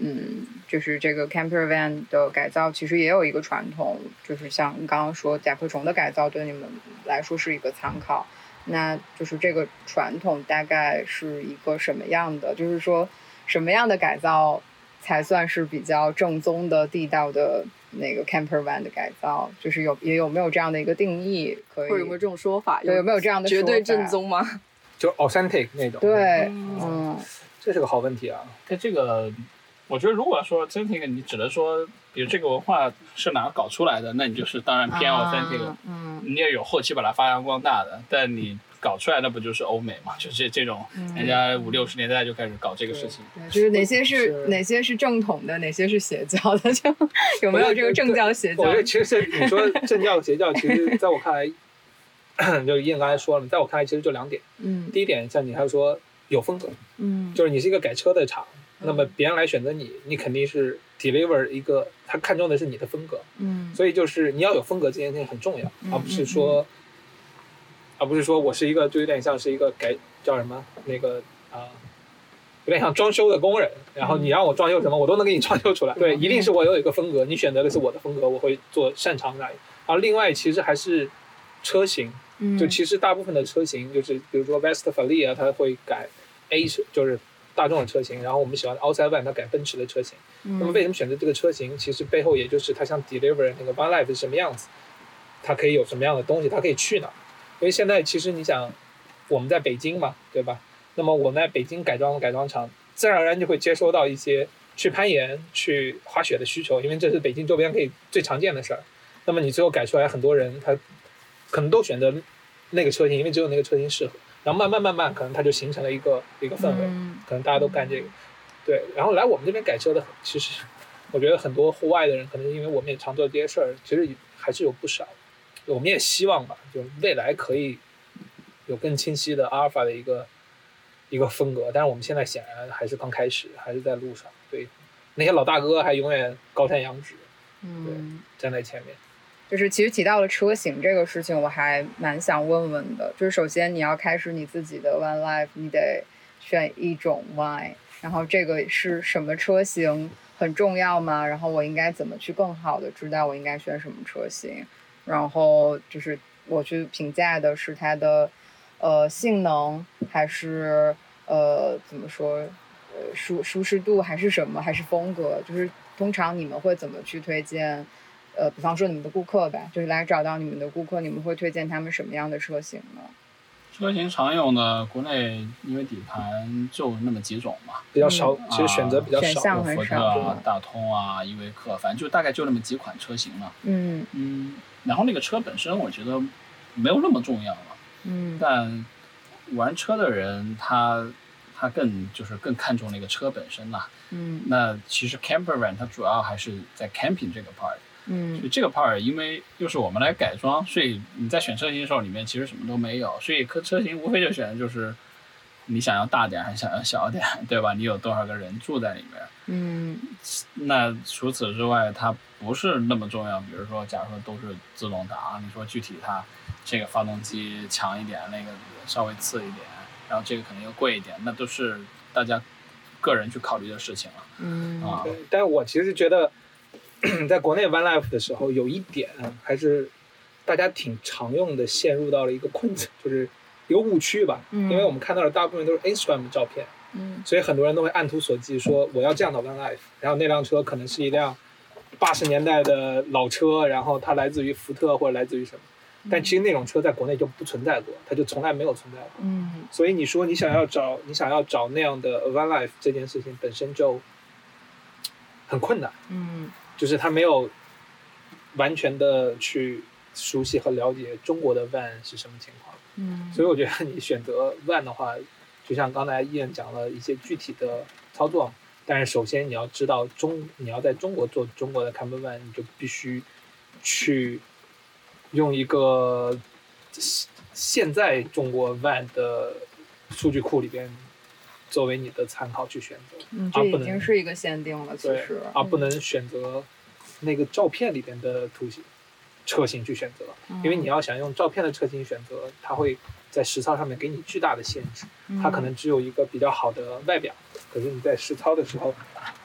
嗯，就是这个 camper van 的改造其实也有一个传统，就是像你刚刚说甲壳虫的改造对你们来说是一个参考。那就是这个传统大概是一个什么样的？就是说什么样的改造才算是比较正宗的地道的那个 camper van 的改造？就是有也有没有这样的一个定义？可以或者有没有这种说法？ 对，有没有这样的说法绝对正宗吗？ 就 authentic 那种。 对， 嗯嗯， 这是个好问题啊。 但这个，我觉得如果说 authentic，你只能说，比如这个文化是哪儿搞出来的，那你就是当然偏 authentic，、 啊、嗯， 你也有后期把它发扬光大的，但你搞出来的不就是欧美嘛？就这这种，人家五六十年代就开始搞这个事情。 对，就是哪些是是哪些是正统的，哪些是邪教的，就有没有这个正教邪教我？觉得其实你说正教邪教，其实在我看来，就燕刚才说了，在我看来其实就两点。 嗯第一点，像你还说有风格， 嗯就是你是一个改车的厂，那么别人来选择你，你肯定是 deliver 一个他看中的是你的风格， 嗯所以就是你要有风格这件事情很重要， 嗯而不是说，而不是说我是一个就有点像是一个改叫什么那个啊、有点像装修的工人，然后你让我装修什么，我都能给你装修出来。对，一定是我有一个风格，你选择的是我的风格，我会做擅长那里。然后另外其实还是车型， 嗯， 就其实大部分的车型就是比如说 Westfalia 它会改 A 车，就是大众的车型，然后我们喜欢 Outside Van 它改奔驰的车型。 嗯那么为什么选择这个车型？其实背后也就是它想 deliver 那个 Van Life 是什么样子，它可以有什么样的东西，它可以去哪。因为现在其实你想，我们在北京嘛，对吧？那么我们在北京改装的改装厂，自然而然就会接收到一些去攀岩、去滑雪的需求，因为这是北京周边可以最常见的事儿。那么你最后改出来，很多人他可能都选择那个车型，因为只有那个车型适合。然后慢慢慢慢，可能它就形成了一个一个氛围， 嗯可能大家都干这个。对，然后来我们这边改车的，其实我觉得很多户外的人，可能因为我们也常做这些事儿，其实还是有不少。我们也希望吧，就未来可以有更清晰的阿尔法的一个一个风格，但是我们现在显然还是刚开始，还是在路上。对，那些老大哥还永远高山仰止， 嗯， 站在前面。 就是其实提到了车型这个事情，我还蛮想问问的。就是首先你要开始你自己的 Van Life，你得选一种 wine， 然后这个是什么车型很重要吗？然后我应该怎么去更好的知道我应该选什么车型？然后就是我去评价的是它的呃性能，还是呃怎么说呃舒舒适度，还是什么，还是风格？就是通常你们会怎么去推荐？呃，比方说你们的顾客吧，就是来找到你们的顾客，你们会推荐他们什么样的车型呢？ 车型常用的，国内因为底盘就那么几种嘛， 比较少， 嗯其实选择比较选少。 项很少福特啊、大通啊、依维柯，反正就大概就那么几款车型嘛。 嗯嗯，然后那个车本身，我觉得没有那么重要了。 嗯但玩车的人他他更就是更看重那个车本身啦。 嗯那其实 camper van 它主要还是在 camping 这个 part，所以嗯这个 part 因为又是我们来改装，所以你在选车型的时候里面其实什么都没有，所以车车型无非就选的就是你想要大点还是想要小点，对吧？你有多少个人住在里面？ 嗯那除此之外，它不是那么重要。比如说，假如说都是自动挡，你说具体它这个发动机强一点，那个稍微次一点，然后这个可能又贵一点，那都是大家个人去考虑的事情了。 嗯啊， 对，但我其实觉得，在国内 Van Life 的时候，有一点还是大家挺常用的，陷入到了一个困境，就是一个误区吧。 嗯因为我们看到的大部分都是 Instagram 的照片， 嗯所以很多人都会按图索骥说我要这样的 Van Life，然后那辆车可能是一辆八十年代的老车，然后它来自于福特或者来自于什么。但其实那种车在国内就不存在过，它就从来没有存在过。 嗯所以你说你想要找你想要找那样的 Van Life 这件事情本身就很困难， 嗯就是他没有完全的去熟悉和了解中国的 Van 是什么情况。 嗯所以我觉得你选择 Van 的话，就像刚才Ian讲了一些具体的操作，但是首先你要知道中你要在中国做中国的 camper van， 你就必须去用一个现在中国 van 的数据库里边作为你的参考去选择， 嗯，这已而不能经是一个限定了，其对实， 而不能选择那个照片里边的图形车型去选择，因为你要想用照片的车型选择，它会在实操上面给你巨大的限制，它可能只有一个比较好的外表，可是你在实操的时候，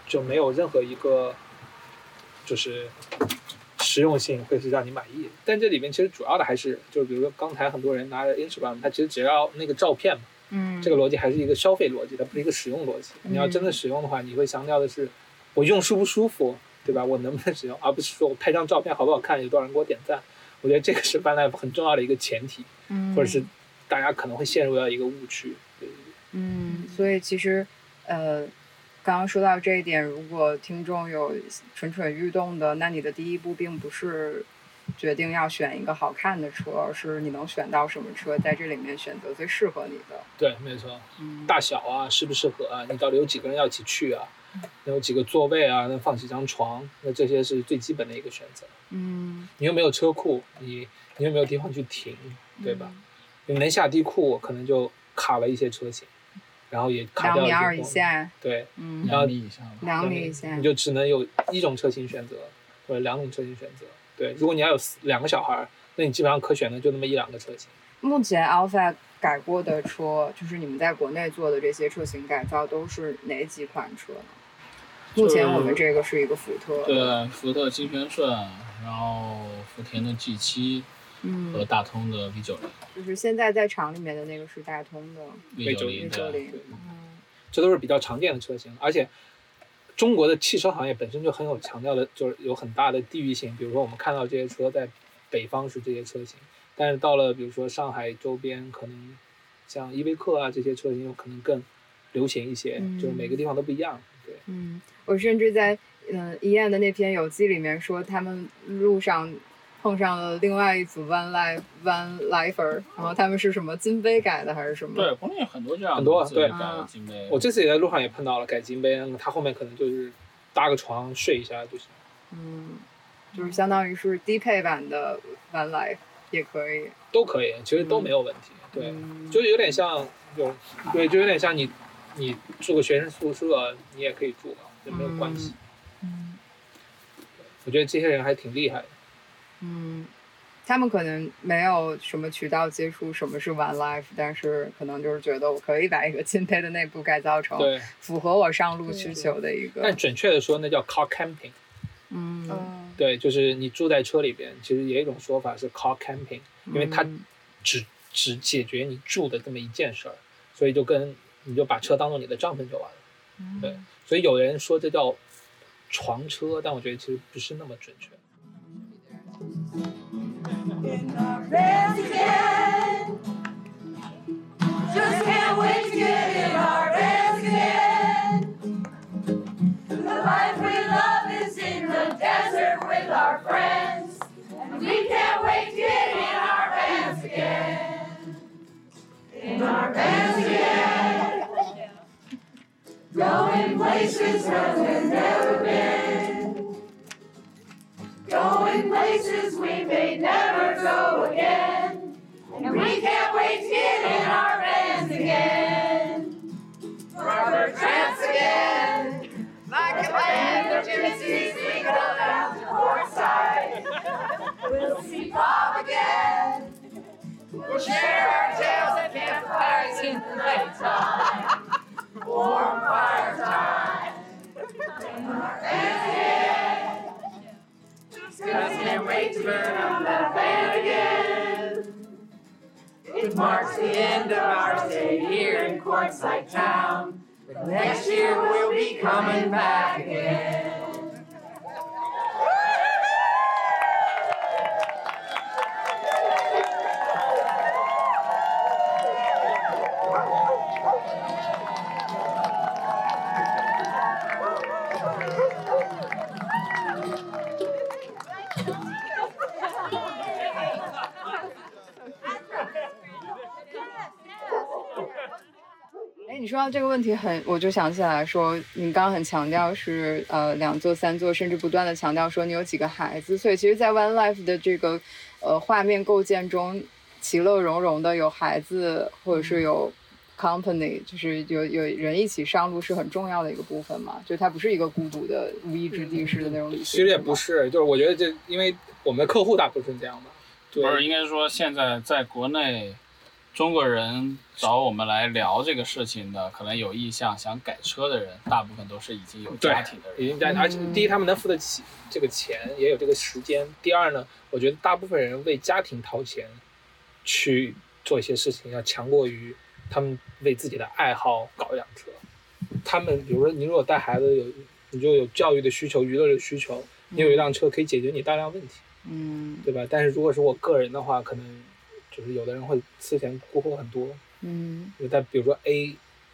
就没有任何一个就是实用性会是让你满意的。但这里面其实主要的还是就是比如说刚才很多人拿着 Instagram， 它其实只要那个照片嘛， 嗯， 这个逻辑还是一个消费逻辑，它不是一个使用逻辑。你要真的使用的话，你会强调的是我用舒不舒服，对吧？我能不能使用，而不是说我拍张照片好不好看，有多少人给我点赞。我觉得这个是 Van Life 很重要的一个前提， 嗯， 或者是大家可能会陷入到一个误区。对， 嗯，所以其实呃，刚刚说到这一点，如果听众有蠢蠢欲动的，那你的第一步并不是决定要选一个好看的车，而是你能选到什么车，在这里面选择最适合你的。 对，没错， 嗯， 大小啊，适不适合啊，你到底有几个人要一起去啊？能有几个座位啊？能放几张床？那这些是最基本的一个选择。 嗯， 你有没有车库？你你有没有地方去停？对吧？你能下地库，可能就卡了一些车型，然后也卡掉一些两米二以下， 对， 嗯， 两米以上吧， 两米以下， 你就只能有一种车型选择，或者两种车型选择。对，如果你要有两个小孩，那你基本上可选的就那么一两个车型。 目前 Alpha 改过的车，就是你们在国内做的这些车型改造，都是哪几款车呢？目前我们这个是一个福特， 对，福特精选顺，然后福田的 G 七， 嗯， 和大通的 V 九零， 就是现在在厂里面的那个是大通的 V 九 V 零， 九零， 嗯，这都是比较常见的车型，而且中国的汽车行业本身就很有强调的，就是有很大的地域性。比如说我们看到这些车在北方是这些车型，但是到了比如说上海周边，可能像依维柯啊这些车型有可能更流行一些， 嗯， 就是每个地方都不一样。对， 嗯，我甚至在嗯伊燕的那篇游记里面说，他们路上碰上了另外一组 Van Life Van Lifer， 然后他们是什么金杯改的还是什么？ 对，国内很多这样的很多对改的金杯。 我这次也在路上也碰到了改金杯，它后面可能就是搭个床睡一下就行。 嗯，就是相当于是低配版的 Van Life 也可以， 都可以，其实都没有问题。嗯、对， 嗯， 就有点像有，对，就有点像你你住个学生宿舍，你也可以住，也没有关系。 嗯， 我觉得这些人还挺厉害的。 嗯，他们可能没有什么渠道接触什么是 Van Life， 但是可能就是觉得我可以把一个金杯的内部改造成对符合我上路需求的一个。 但准确的说，那叫 car camping。 嗯， 嗯， 对，就是你住在车里边，其实也有一种说法是 car camping，因为它只只解决你住的这么一件事儿，所以就跟你就把车当做你的帐篷就完了。 嗯， 对，所以有人说这叫床车，但我觉得其实不是那么准确。 Just can't wait to get in our beds again. The life we love is in the desert with our friends. And we can't wait to get in our vans again. In our vans again. Going places that we've never been. Going places we may never go again. And we can't wait to get in our vans again. Rubber tramps again. Like a band of gypsies, we go down to Portside. We'll see Bob again. We'll share our tales at campfires in the nighttime. Warm fire time. In our vans again. Just can't wait to burn up that van again. It marks the end of our stay here in Quartzsite Town. But next year we'll be coming back again. 哎，你说到这个问题很，我就想起来说，你刚刚很强调是呃两座、三座，甚至不断的强调说你有几个孩子，所以其实，在 Van Life 的这个呃画面构建中，其乐融融的有孩子或者是有 company， 就是有有人一起上路是很重要的一个部分嘛，就它不是一个孤独的无依之地式的那种旅行。 其实也不是，就是我觉得这因为我们的客户大部分是这样吧， 不是应该说现在在国内中国人找我们来聊这个事情的，可能有意向想改车的人，大部分都是已经有家庭的人， 已经家庭，而且第一他们能付得起这个钱，也有这个时间；第二呢，我觉得大部分人为家庭掏钱去做一些事情，要强过于他们为自己的爱好搞一辆车。他们比如说，你如果带孩子有，你就有教育的需求、娱乐的需求，你有一辆车可以解决你大量问题， 嗯， 对吧？但是如果是我个人的话，可能就是有的人会思前顾后很多， 嗯， 但比如说 A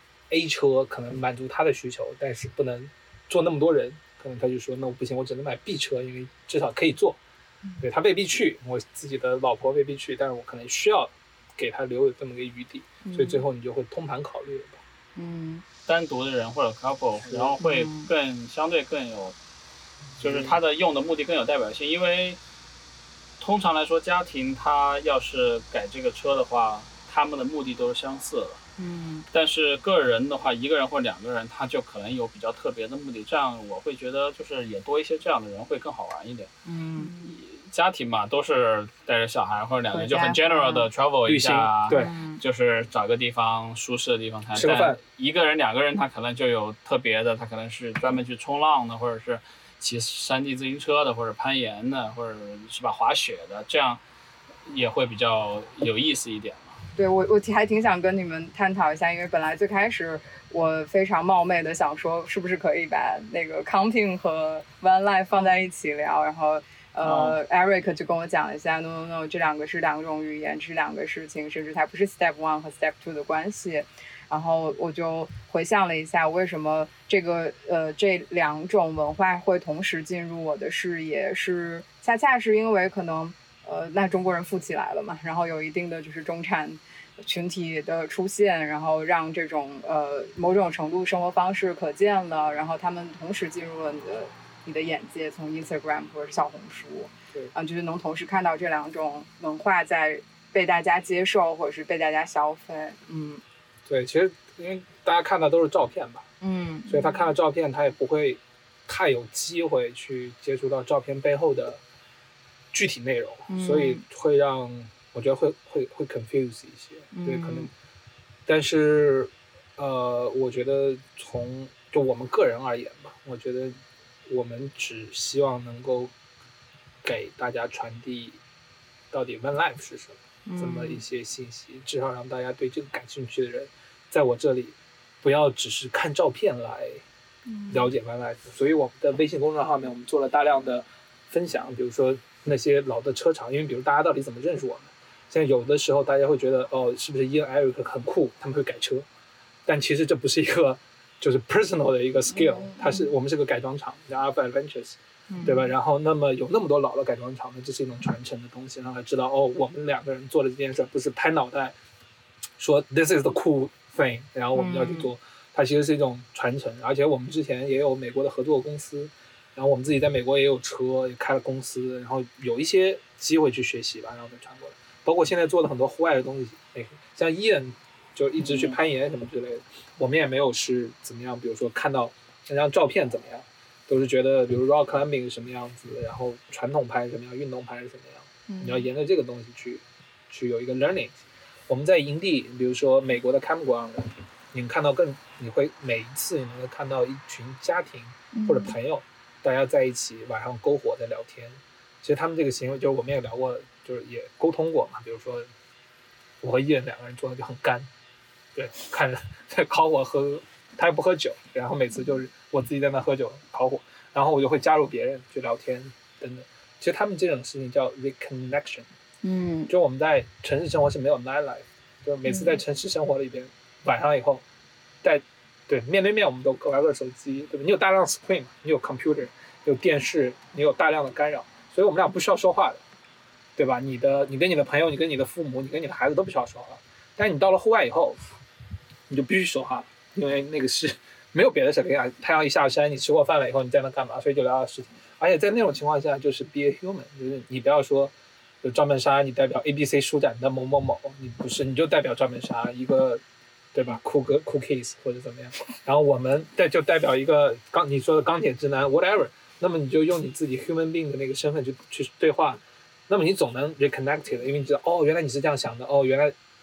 A 车可能满足他的需求，但是不能坐那么多人，可能他就说那我不行，我只能买 B 车，因为至少可以坐。对，他未必去，我自己的老婆未必去，但是我可能需要给他留有这么个余地，所以最后你就会通盘考虑了吧。 嗯， 单独的人或者 couple， 然后会更相对更有，就是他的用的目的更有代表性，因为通常来说家庭他要是改这个车的话，他们的目的都是相似的。 嗯， 但是个人的话，一个人或两个人，他就可能有比较特别的目的，这样我会觉得就是也多一些这样的人会更好玩一点。 嗯， 家庭嘛，都是带着小孩或者两个人就很回家 general 的 travel 一下， 对， 就是找个地方舒适的地方谈。 吃个饭。 一个人两个人他可能就有特别的，他可能是专门去冲浪的，或者是骑山地自行车的，或者攀岩的，或者是吧滑雪的，这样也会比较有意思一点嘛。 对，我我还挺想跟你们探讨一下，因为本来最开始我非常冒昧的想说，是不是可以把那个 camping 和 van life 放在一起聊，然后呃、哦、Eric 就跟我讲一下 no no no 这两个是两种语言，是两个事情，甚至它不是 step one 和 step two 的关系。然后我就回想了一下，为什么这个呃这两种文化会同时进入我的视野，是恰恰是因为可能呃那中国人富起来了嘛，然后有一定的就是中产群体的出现，然后让这种呃某种程度生活方式可见了，然后他们同时进入了你的你的眼界，从 Instagram 或者是小红书， 对， 啊、呃，就是能同时看到这两种文化在被大家接受或者是被大家消费，嗯。 对，其实因为大家看到都是照片吧， 嗯， 所以他看到照片，他也不会太有机会去接触到照片背后的具体内容，嗯、所以会让我觉得会会会 confuse 一些，对，可能，但是呃，我觉得从就我们个人而言吧，我觉得我们只希望能够给大家传递到底 van life 是什么。这么一些信息，至少让大家对这个感兴趣的人，在我这里不要只是看照片来了解 van life。所以我们的微信公众号里面，我们做了大量的分享，比如说那些老的车厂，因为比如大家到底怎么认识我们？现在有的时候大家会觉得，哦，是不是 Ian Eric 很酷，他们会改车？但其实这不是一个就是 personal 的一个 skill， 它是我们是个改装厂，叫 Alpha Adventures。对吧？然后那么有那么多老的改装厂呢，这是一种传承的东西，让他知道哦，我们两个人做的这件事不是拍脑袋说 this is the cool thing， 然后我们要去做，它其实是一种传承。而且我们之前也有美国的合作公司，然后我们自己在美国也有车，也开了公司，然后有一些机会去学习吧，然后再传过来。包括现在做的很多户外的东西，哎，像 Ian 就一直去攀岩什么之类的，我们也没有是怎么样，比如说看到那张照片怎么样。都是觉得比如 rock climbing 是什么样子，然后传统派是什么样，运动派是什么样，嗯、你要沿着这个东西去去有一个 learning。我们在营地，比如说美国的 campground， 你看到更你会每一次你能够看到一群家庭或者朋友、嗯、大家在一起晚上篝火在聊天。其实他们这个行为就是我们也聊过，就是也沟通过嘛。比如说我和艺人两个人做的就很干，对，看着在烤火喝。他也不喝酒，然后每次就是我自己在那喝酒烤火，然后我就会加入别人去聊天等等。其实他们这种事情叫 reconnection， 嗯，就我们在城市生活是没有 night life， 就每次在城市生活里边，嗯、晚上以后，在对面对面我们都各玩个手机，对吧？你有大量 screen 嘛，你有 computer， 有电视，你有大量的干扰，所以我们俩不需要说话的，对吧？你的你跟你的朋友，你跟你的父母，你跟你的孩子都不需要说话，但是你到了户外以后，你就必须说话。因为那个是没有别的事情啊，太阳一下山，你吃过饭了以后，你在那干嘛？所以就聊聊事情。而且在那种情况下，就是 be a human， 就是你不要说，就赵本山，你代表 A B C 书展的某某某，你不是，你就代表赵本山一个，对吧？酷哥 cookies 或者怎么样。然后我们代就代表一个钢你说的钢铁直男 whatever， 那么你就用你自己 human being 的那个身份去去对话，那么你总能 reconnect 的，因为你知道哦，原来你是这样想的，哦，原来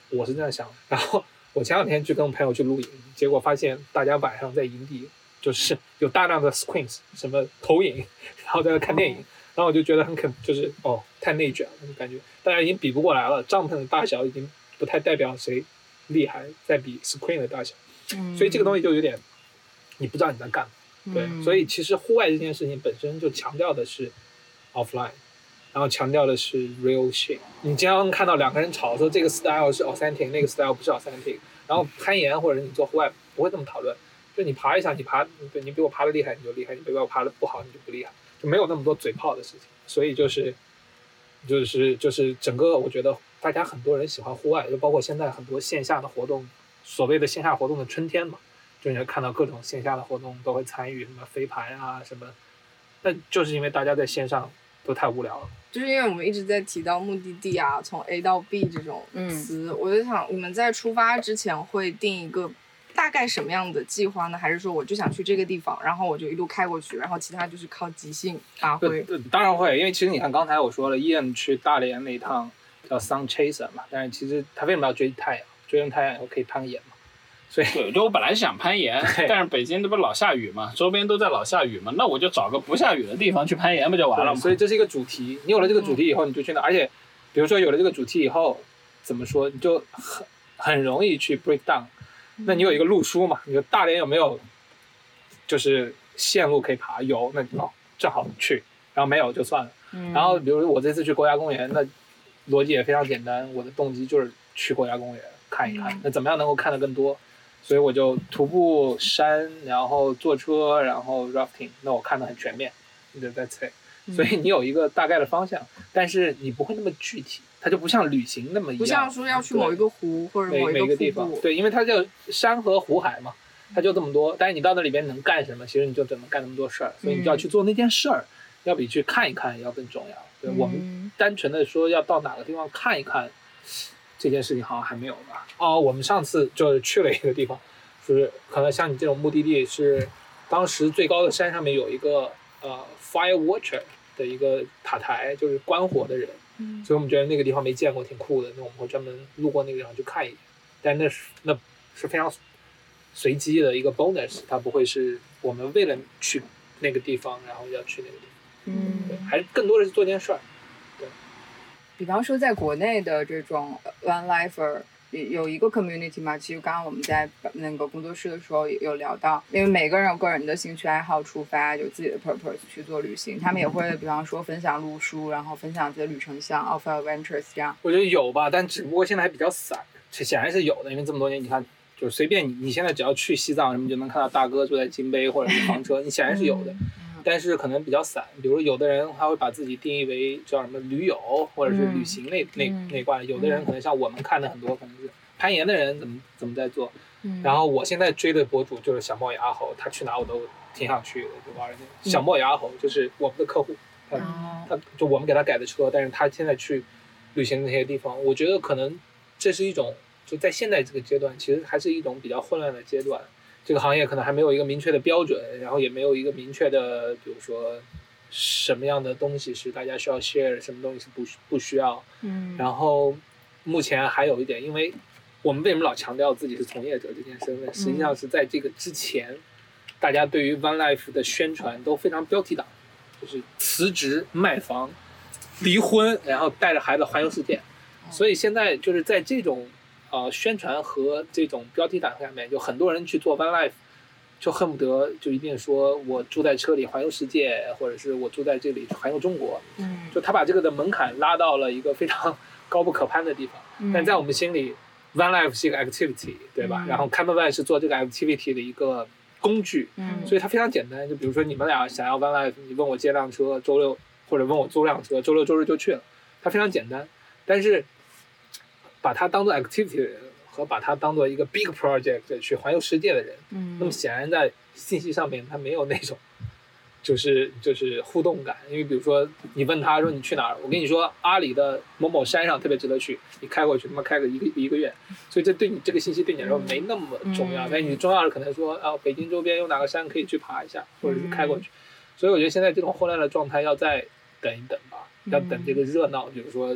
我是这样想的。然后我前两天去跟朋友去露营，结果发现大家晚上在营地就是有大量的 screens 什么投影，然后在那看电影，然后我就觉得很可就是哦太内卷了，感觉大家已经比不过来了，帐篷的大小已经不太代表谁厉害，在比 screen 的大小， 嗯， 所以这个东西就有点你不知道你在干嘛。对， 嗯所以其实户外这件事情本身就强调的是 offline， 然后强调的是 real shit。你经常看到两个人吵说这个 style 是 authentic， 那个 style 不是 authentic， 然后攀岩或者你做户外不会这么讨论，就你爬一下，你爬，对你比我爬的厉害你就厉害，你比我爬的不好你就不厉害，就没有那么多嘴炮的事情。所以就是就是就是整个我觉得大家很多人喜欢户外，就包括现在很多线下的活动，所谓的线下活动的春天嘛。就你会看到各种线下的活动都会参与，什么飞盘啊什么，那就是因为大家在线上都太无聊了。 就是因为我们一直在提到目的地啊，从 A 到 B 这种词，嗯、我就想你们在出发之前会定一个大概什么样的计划呢？还是说我就想去这个地方，然后我就一路开过去，然后其他就是靠即兴发挥？ 当然会，因为其实你看刚才我说了 ，Ian 去大连那一趟叫 Sun Chaser 嘛，但是其实他为什么要追太阳？追上太阳以后可以攀岩嘛。所以对，就我本来想攀岩，但是北京这不老下雨嘛，周边都在老下雨嘛，那我就找个不下雨的地方去攀岩不就完了吗？ 所以这是一个主题，你有了这个主题以后，你就去那，而且比如说有了这个主题以后，怎么说，你就很很容易去 break down。那你有一个路书嘛？你说大连有没有就是线路可以爬？有，那哦正好去，然后没有就算了。 嗯、 然后比如我这次去国家公园，那逻辑也非常简单，我的动机就是去国家公园看一看，那怎么样能够看得更多？所以我就徒步山，然后坐车，然后 rafting， 那我看得很全面，你就在猜。所以你有一个大概的方向，但是你不会那么具体，它就不像旅行那么一样， 不像说要去某一个湖或者某一个个地方，对，因为它就山河湖海嘛，它就这么多，但是你到那里边能干什么？其实你就只能干那么多事儿，所以你就要去做那件事儿，要比去看一看要更重要。对，我们单纯的说要到哪个地方看一看。这件事情好像还没有吧？哦，我们上次就是去了一个地方，就是可能像你这种目的地是，当时最高的山上面有一个呃 fire watcher 的一个塔台，就是观火的人，嗯，所以我们觉得那个地方没见过，挺酷的，那我们会专门路过那个地方去看一眼。但那是那是非常随机的一个 bonus， 它不会是我们为了去那个地方然后要去那个地方， 嗯， 对，还是更多的是做件事儿。 比方说，在国内的这种 One Lifer 有一个 community 嘛，其实刚刚我们在那个工作室的时候有聊到，因为每个人有个人的兴趣爱好出发，有自己的 purpose 去做旅行，他们也会比方说分享路书，然后分享自己的旅程像 Alpha Adventures 这样。 我觉得有吧，但只不过现在还比较散，显然是有的，因为这么多年，你看，就是随便你，你现在只要去西藏什么，就能看到大哥坐在金杯或者是房车，你显然是有的。嗯，但是可能比较散，比如有的人他会把自己定义为叫什么驴友或者是旅行那、嗯、那那挂，有的人可能像我们看的很多可能是攀岩的人怎么怎么在做、嗯、然后我现在追的博主就是小莫牙猴，他去哪我都挺想去的，就玩那个小莫牙猴就是我们的客户，他、嗯、他就我们给他改的车，但是他现在去旅行的那些地方，我觉得可能这是一种就在现在这个阶段其实还是一种比较混乱的阶段，这个行业可能还没有一个明确的标准，然后也没有一个明确的比如说什么样的东西是大家需要 share， 什么东西是不不需要，嗯，然后目前还有一点，因为我们为什么老强调自己是从业者这件身份，实际上是在这个之前、嗯、大家对于 One Life 的宣传都非常标题党，就是辞职卖房离婚然后带着孩子环游世界、嗯、所以现在就是在这种呃，宣传和这种标题党下面，就很多人去做 One Life， 就恨不得就一定说我住在车里环游世界，或者是我住在这里环游中国。嗯，就他把这个的门槛拉到了一个非常高不可攀的地方。嗯、但在我们心里 ，One Life 是一个 activity， 对吧？嗯、然后 Campervan 是做这个 activity 的一个工具。嗯，所以它非常简单。就比如说你们俩想要 One Life， 你问我借辆车，周六或者问我租辆车，周六周日就去了，它非常简单。但是把它当做 activity 的人和把它当做一个 big project 去环游世界的人，嗯，那么显然在信息上面他没有那种就是就是互动感，因为比如说你问他说你去哪儿，我跟你说阿里的某某山上特别值得去，你开过去他妈开个一个一个月，所以这对你这个信息对你来说没那么重要，但、嗯、你重要的可能说啊北京周边有哪个山可以去爬一下，或者是开过去，嗯、所以我觉得现在这种混乱的状态要再等一等吧，要等这个热闹，比如说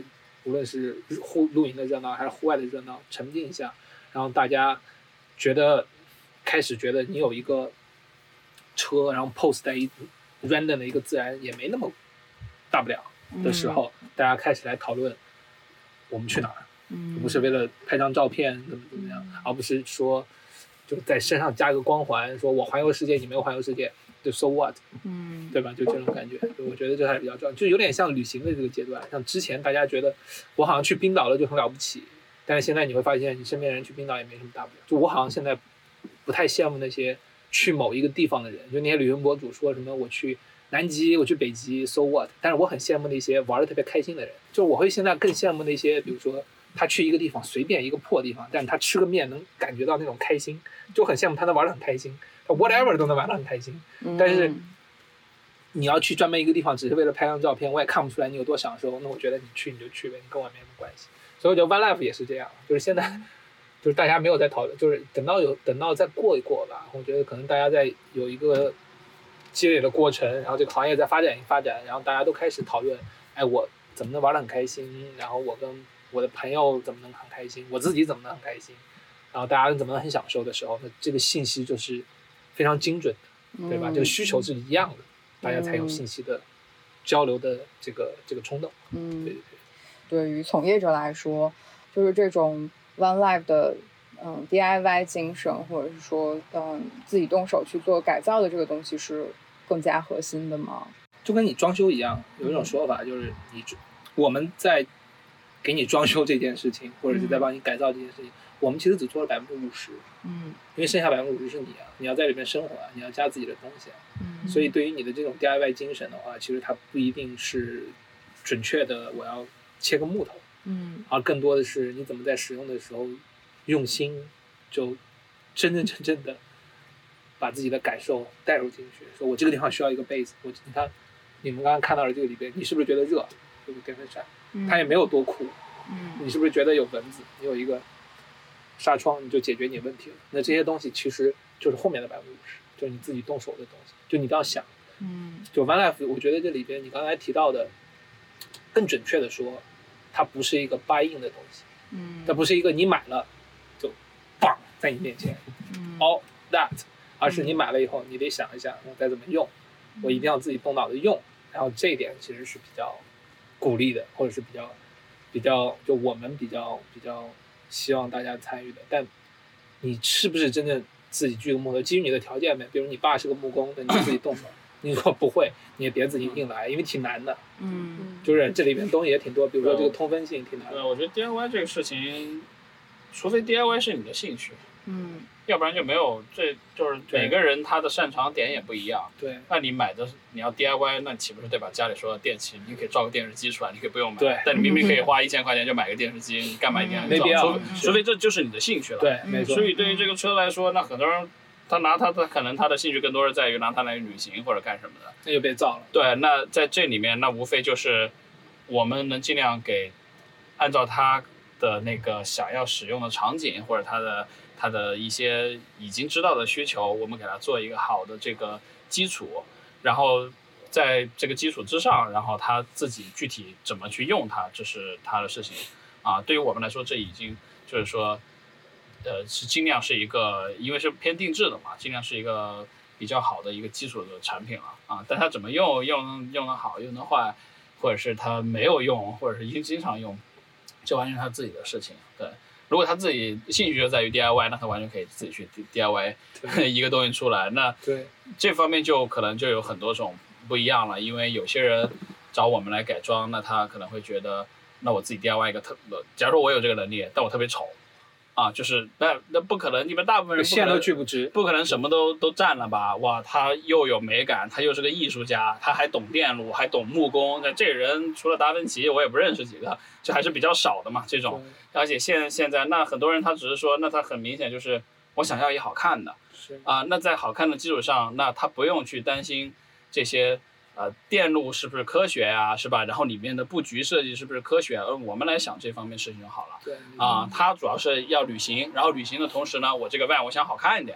无论是户露营的热闹还是户外的热闹，沉浸一下，然后大家觉得开始觉得你有一个车，然后 post 在一 random 的一个自然也没那么大不了的时候，嗯、大家开始来讨论我们去哪儿，嗯、不是为了拍张照片怎么怎么样，嗯、而不是说就在身上加一个光环，说我环游世界，你没有环游世界。就 so what， 嗯，对吧？就这种感觉，就我觉得这还是比较重要，就有点像旅行的这个阶段。像之前大家觉得我好像去冰岛了就很了不起，但是现在你会发现，你身边人去冰岛也没什么大不了。就我好像现在不太羡慕那些去某一个地方的人，就那些旅行博主说什么我去南极，我去北极 ，so what？ 但是我很羡慕那些玩得特别开心的人。就我会现在更羡慕那些，比如说他去一个地方，随便一个破地方，但是他吃个面能感觉到那种开心，就很羡慕他能玩得很开心。whatever 都能玩得很开心，但是你要去专门一个地方只是为了拍张照片，我也看不出来你有多享受，那我觉得你去你就去呗，你跟我没什么关系。所以我觉得 One Life 也是这样，就是现在就是大家没有在讨论，就是等到有等到再过一过吧，我觉得可能大家在有一个积累的过程，然后这个行业在发展发展，然后大家都开始讨论，哎，我怎么能玩得很开心，然后我跟我的朋友怎么能很开心，我自己怎么能很开心，然后大家怎么能很享受的时候，那这个信息就是非常精准的，对吧？嗯、这个需求是一样的，大家才有信息的交流的这个这个冲动。嗯，对对对。 对于从业者来说，就是这种 One Life 的嗯 D I Y 精神，或者是说嗯自己动手去做改造的这个东西是更加核心的吗？ 就跟你装修一样，有一种说法就是你我们在给你装修这件事情，或者是在帮你改造这件事情。嗯，我们其实只做了百分之五十，嗯，因为剩下百分之五十是你啊，你要在里面生活啊，你要加自己的东西啊，嗯，所以对于你的这种 D I Y 精神的话，其实它不一定是准确的，我要切个木头，嗯，而更多的是你怎么在使用的时候用心，就真真正正的把自己的感受带入进去，说我这个地方需要一个 base， 我你看你们刚刚看到的这个里边，你是不是觉得热？这个电风扇，它也没有多酷，嗯，你是不是觉得有蚊子？你有一个纱窗你就解决你问题了，那这些东西其实就是后面的百分之五十，就是你自己动手的东西，就你不要想，嗯，就 One Life， 我觉得这里边你刚才提到的，更准确的说，它不是一个 buy in 的东西，嗯，它不是一个你买了就棒在你面前，嗯 ，all that， 而是你买了以后你得想一想我该怎么用，我一定要自己动脑子用，然后这一点其实是比较鼓励的，或者是比较比较就我们比较比较。希望大家参与的，但你是不是真正自己锯个木头？基于你的条件呗，比如你爸是个木工，那你就自己动手。你如果不会，你也别自己硬来，因为挺难的。嗯，就是这里面东西也挺多，比如说这个通风性挺难的。 对，我觉得 D I Y 这个事情，除非 D I Y 是你的兴趣，嗯，要不然就没有。这就是每个人他的擅长点也不一样。对，那你买的你要 D I Y， 那岂不是对吧？家里说的电器，你可以造个电视机出来，你可以不用买。对，但你明明可以花一千块钱就买个电视机，你干嘛一定要造？没必要，除非这就是你的兴趣了。 对，没错。 所以对于这个车来说，那很多人他拿他的可能他的兴趣更多是在于拿它来旅行或者干什么的， 那就被造了。 对，那在这里面，那无非就是我们能尽量给按照他的那个想要使用的场景或者他的他的一些已经知道的需求，我们给他做一个好的这个基础，然后在这个基础之上，然后他自己具体怎么去用它，这是他的事情啊。对于我们来说，这已经就是说。呃，是尽量是一个，因为是偏定制的嘛，尽量是一个比较好的一个基础的产品了啊。但它怎么用，用用得好，用得坏，或者是它没有用，或者是经经常用，这完全是他自己的事情。对，如果他自己兴趣就在于 D I Y， 那他完全可以自己去 D I Y 一个东西出来。那对这方面就可能就有很多种不一样了，因为有些人找我们来改装，那他可能会觉得，那我自己 D I Y 一个特，假如说我有这个能力，但我特别丑。啊，就是那那不可能，你们大部分人线都锯不直， 不可能什么都都占了吧？哇，他又有美感，他又是个艺术家，他还懂电路，还懂木工。那这个人除了达芬奇，我也不认识几个，这还是比较少的嘛。这种，而且现现在那很多人他只是说，那他很明显就是我想要一好看的， 是啊， 那在好看的基础上，那他不用去担心这些。呃，电路是不是科学呀、啊，是吧？然后里面的布局设计是不是科学？而我们来想这方面事情就好了。 对。 啊，它主要是要旅行，然后旅行的同时呢，我这个 van 我想好看一点，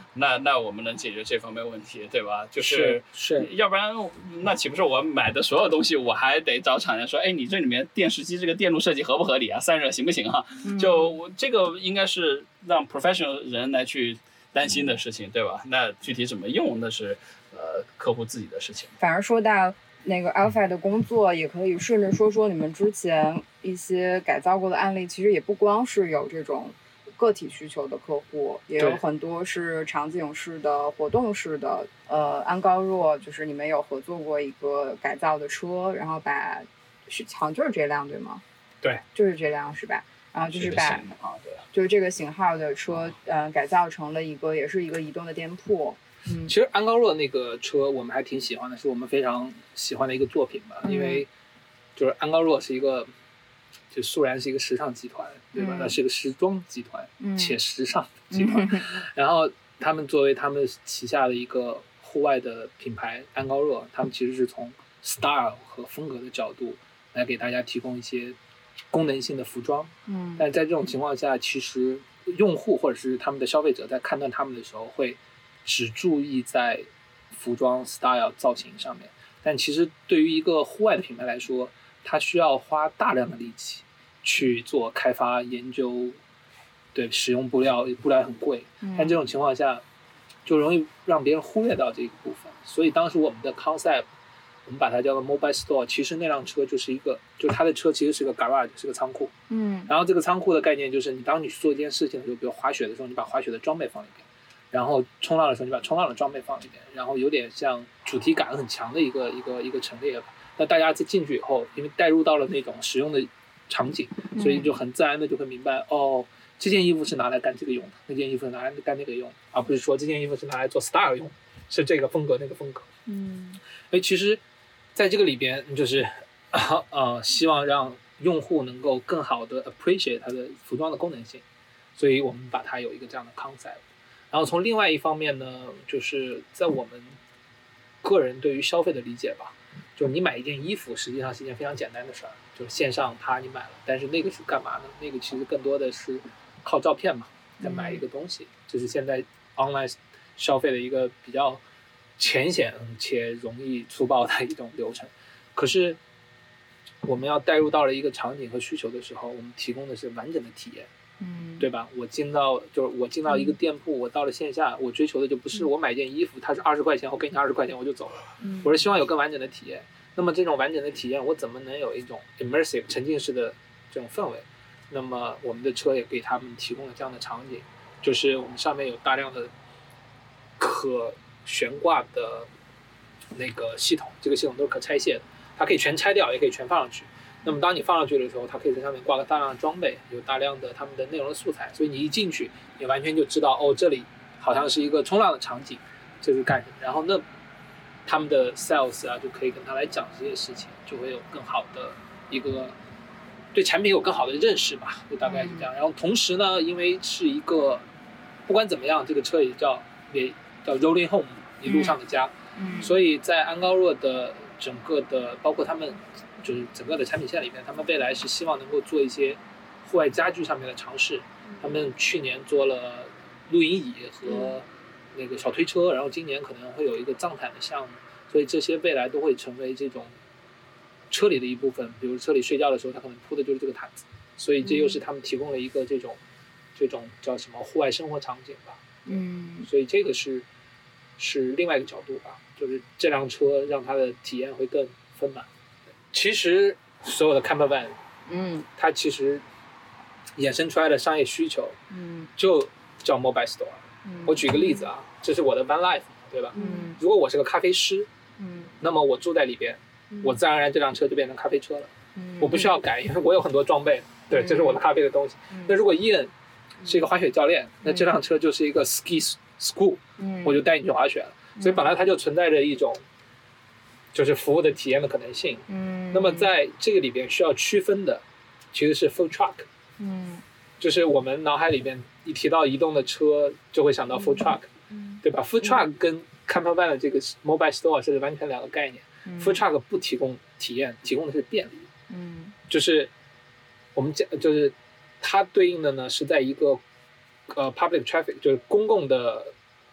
那那我们能解决这方面问题，对吧？就是是要不然那岂不是我买的所有东西，我还得找厂家说，哎，你这里面电视机这个电路设计合不合理啊？散热行不行啊？ 嗯、 就我这个应该是让 professional 人来去担心的事情，对吧？那具体怎么用，那是呃客户自己的事情。 反而说到那个 Alpha 的工作，也可以顺着说说你们之前一些改造过的案例。其实也不光是有这种个体需求的客户，也有很多是场景式的、活动式的。呃，安高若就是你们有合作过一个改造的车，然后把是好像就是这辆对吗？ 对， 就是这辆是吧？然后就是把啊，对， 就是这个型号的车，呃，改造成了一个也是一个移动的店铺。嗯， 其实安高若那个车我们还挺喜欢的，是我们非常喜欢的一个作品吧。嗯、因为就是安高若是一个。就素然是一个时尚集团，对吧？那、嗯、是一个时装集团，嗯、且时尚集团。嗯、然后他们作为他们旗下的一个户外的品牌安高若，他们其实是从 style 和风格的角度来给大家提供一些功能性的服装。嗯，但在这种情况下，其实用户或者是他们的消费者在看待他们的时候，会只注意在服装 style 造型上面。但其实对于一个户外的品牌来说，它需要花大量的力气去做开发研究，对，使用布料，布料很贵，嗯、但这种情况下就容易让别人忽略到这个部分。所以当时我们的 concept， 我们把它叫做 mobile store， 其实那辆车就是一个，就它的车其实是个 garage， 是个仓库。嗯，然后这个仓库的概念就是，你当你去做一件事情的时候，比如滑雪的时候，你把滑雪的装备放里边，然后冲浪的时候，你把冲浪的装备放里边，然后有点像主题感很强的一个一个一个陈列吧。那大家在进去以后，因为带入到了那种使用的场景，所以就很自然的就会明白，嗯、哦，这件衣服是拿来干这个用的，那件衣服是拿来干那个用的，而不是说这件衣服是拿来做 style 用的，是这个风格那个风格。嗯，所以其实在这个里边，就是呃，希望让用户能够更好的 appreciate 它的服装的功能性，所以我们把它有一个这样的 concept。然后从另外一方面呢，就是在我们个人对于消费的理解吧。就是你买一件衣服，实际上是一件非常简单的事儿，就是线上啪你买了，但是那个是干嘛呢？那个其实更多的是靠照片嘛，再买一个东西，这、嗯、是现在 online 消费的一个比较浅显且容易粗暴的一种流程。可是我们要带入到了一个场景和需求的时候，我们提供的是完整的体验。嗯，对吧？我进到就是我进到一个店铺，嗯、我到了线下，我追求的就不是我买件衣服，它是二十块钱，我给你二十块钱我就走了。嗯，我是希望有更完整的体验。那么这种完整的体验，我怎么能有一种 immersive 沉浸式的这种氛围？那么我们的车也给他们提供了这样的场景，就是我们上面有大量的可悬挂的那个系统，这个系统都是可拆卸的，它可以全拆掉，也可以全放上去。那么当你放上去的时候，它可以在上面挂个大量的装备，有大量的他们的内容的素材，所以你一进去，你完全就知道哦，这里好像是一个冲浪的场景，这是干什么？然后那他们的 sales 啊，就可以跟他来讲这些事情，就会有更好的一个对产品有更好的认识吧，就大概是这样。然后同时呢，因为是一个不管怎么样，这个车也叫也叫 rolling home， 一路上的家，嗯，所以在安高若的整个的包括他们。就是整个的产品线里面，他们未来是希望能够做一些户外家具上面的尝试。他们去年做了露营椅和那个小推车，然后今年可能会有一个藏毯的项目，所以这些未来都会成为这种车里的一部分。比如车里睡觉的时候，他可能铺的就是这个毯子，所以这又是他们提供了一个这种这种叫什么户外生活场景吧。嗯，所以这个是是另外一个角度吧，就是这辆车让它的体验会更丰满。其实所有的 camper van， 嗯，它其实衍生出来的商业需求，嗯，就叫 mobile store。嗯，我举个例子啊，这是我的 van life， 对吧？嗯，如果我是个咖啡师，嗯，那么我住在里边，嗯、我自然而然这辆车就变成咖啡车了。嗯，我不需要改，因为我有很多装备，对，这是我的咖啡的东西。嗯、那如果 Ian 是一个滑雪教练，那这辆车就是一个 ski school，嗯，我就带你去滑雪了。所以本来它就存在着一种。就是服务的体验的可能性，嗯，那么在这个里边需要区分的，其实是 food truck， 嗯，就是我们脑海里边一提到移动的车，就会想到 food truck，嗯，对吧 ？food truck 跟 camper van 的这个 mobile store 是完全两个概念。嗯、food truck 不提供体验，提供的是便利，嗯，就是我们讲，就是它对应的呢是在一个呃 public traffic， 就是公共的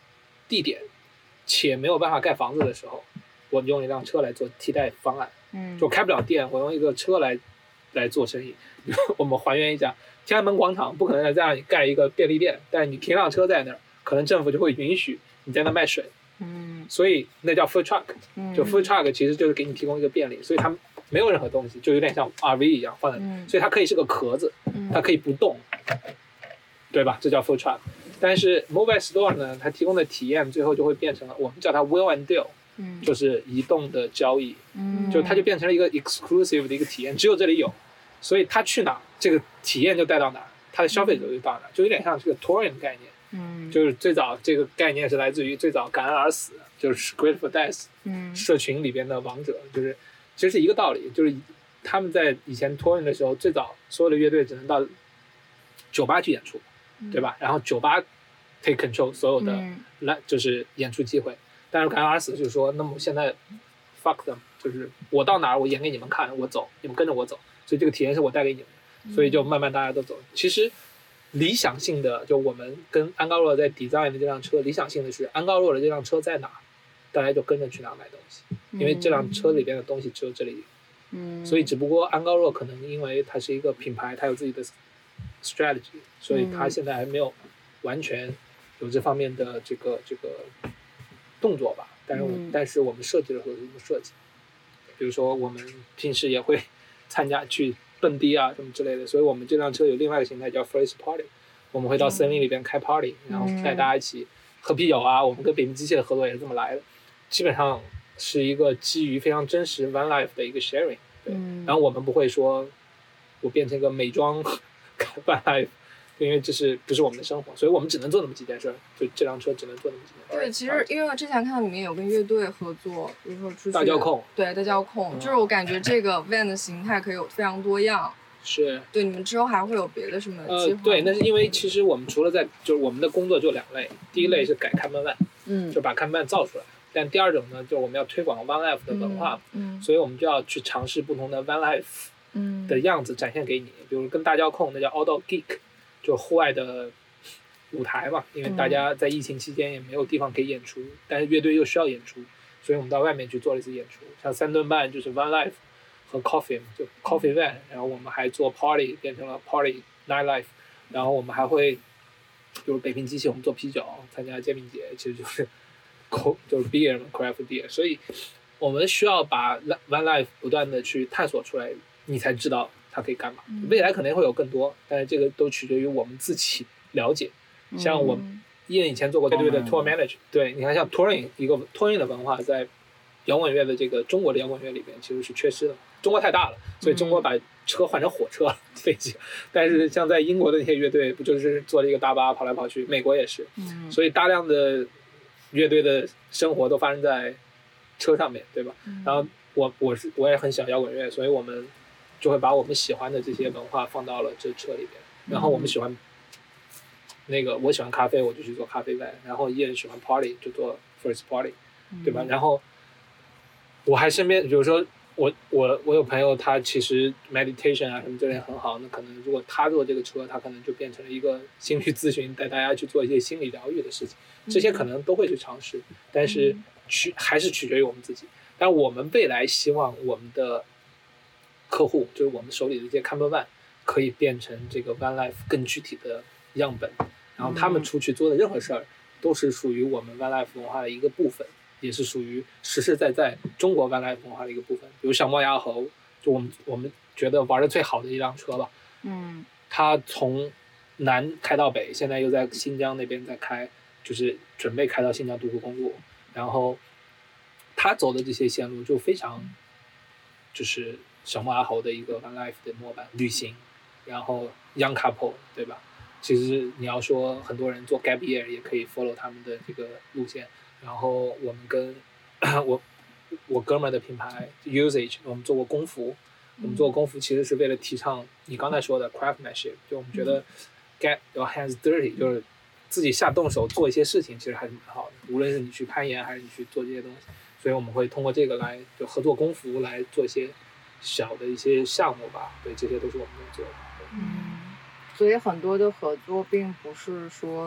地点且没有办法盖房子的时候，我用一辆车来做替代方案。 嗯， 就开不了店，我用一个车来来做生意。我们还原一下，天安门广场不可能在这样盖一个便利店，但是你停辆车在那儿，可能政府就会允许你在那卖水。 嗯， 所以那叫 food truck， 嗯就 food truck 其实就是给你提供一个便利，所以它没有任何东西，就有点像 R V 一样放在那， 嗯所以它可以是个壳子，它可以不动，对吧？这叫 food truck。但是 mobile store 呢，它提供的体验最后就会变成了我们叫它 wheel and deal， 嗯， 就是移动的交易， 嗯， 就它就变成了一个 exclusive 的一个体验，只有这里有，所以它去哪，这个体验就带到哪，它的消费者就到哪，就有点像这个 touring 的概念。 嗯， 就是最早这个概念是来自于最早感恩而死，就是 Grateful Dead 嗯社群里边的王者，就是其实是一个道理，就是他们在以前 touring 的时候，最早所有的乐队只能到酒吧去演出，对吧？然后酒吧 take control 所有的嗯来就是演出机会，但是感恩而死就是说，那么现在 fuck them， 就是我到哪儿我演给你们看，我走，你们跟着我走，所以这个体验是我带给你们的，所以就慢慢大家都走。其实理想性的，就我们跟安高洛在 design 的这辆车，理想性的是安高洛的这辆车在哪，大家就跟着去哪买东西，因为这辆车里边的东西只有这里有。 嗯， 所以只不过安高洛可能因为它是一个品牌，它有自己的 strategy， 所以它现在还没有完全有这方面的这个这个动作吧。但是我、 嗯、 但是我们设计的时候是这么设计，比如说我们平时也会参加去蹦迪啊什么之类的，所以我们这辆车有另外一个形态叫 First Party， 我们会到森林里边开 party，、嗯、然后带大家一起喝啤酒啊。我们跟北京机械的合作也是这么来的，基本上是一个基于非常真实 van life 的一个 sharing。对， 嗯、 然后我们不会说我变成一个美妆 van life， 因为这是不是我们的生活，所以我们只能做那么几件事，就这辆车只能做那么几件事。 对，其实因为我之前看到里面有跟乐队合作，比如说出去大交控， 对大交控、 嗯， 就是我感觉这个 van 的形态可以有非常多样。 是， 对，你们之后还会有别的什么计划？ 呃，对，那是因为其实我们除了在就是我们的工作就两类，第一类是改看板 van， 嗯， 就把看板造出来。但第二种呢，就我们要推广 van life 的文化， 嗯， 所以我们就要去尝试不同的 van life 的样子展现给你，比如跟大交控那叫 outdoor geek， 就户外的舞台嘛，因为大家在疫情期间也没有地方可以演出，但是乐队又需要演出，所以我们到外面去做了一次演出，像三顿半就是 van life 和 coffee 就 coffee van， 然后我们还做 party 变成了 party night life， 然后我们还会就是北平机器我们做啤酒，参加煎饼节，其实就是就是 beer 嘛 craft beer， 所以我们需要把 van life 不断的去探索出来，你才知道它可以干嘛。未来可能会有更多，但是这个都取决于我们自己了解。像我伊恩以前做过乐队的 tour manager， 对，你看像 touring 一个 touring 的文化在摇滚乐的这个中国的摇滚乐里边其实是缺失的。中国太大了，所以中国把车换成火车了、飞机。但是像在英国的那些乐队，不就是坐了一个大巴跑来跑去？美国也是，所以大量的乐队的生活都发生在车上面，对吧？然后我我是我也很喜欢摇滚乐，所以我们就会把我们喜欢的这些文化放到了这车里边。然后我们喜欢那个，我喜欢咖啡，我就去做咖啡班；然后伊人喜欢 party， 就做 first party， 对吧？然后我还身边，比如说我我我有朋友，他其实 meditation 啊什么这类很好，那可能如果他坐这个车，他可能就变成了一个心理咨询，带大家去做一些心理疗愈的事情。这些可能都会去尝试，但是取还是取决于我们自己。但我们未来希望我们的客户，就是我们手里的这些 camper van， 可以变成这个 van life 更具体的样本，然后他们出去做的任何事儿，都是属于我们 van life 文化的一个部分，也是属于实实在在中国 van life 文化的一个部分。比如小猫牙猴，就我们我们觉得玩的最好的一辆车吧， 嗯， 它从南开到北，现在又在新疆那边在开。就是准备开到新疆独库公路，然后他走的这些线路就非常，就是小猫阿猴的一个 van life 的模板旅行，然后 young couple 对吧？其实你要说很多人做 gap year 也可以 follow 他们的这个路线，然后我们跟我我哥们儿的品牌 Usage， 我们做过工服，我们做工服其实是为了提倡你刚才说的 craftsmanship， 就我们觉得 get your hands dirty， 就是自己下动手做一些事情，其实还是蛮好的。无论是你去攀岩，还是你去做这些东西，所以我们会通过这个来就合作工服来做一些小的一些项目吧。对，这些都是我们在做的。 嗯，所以很多的合作并不是说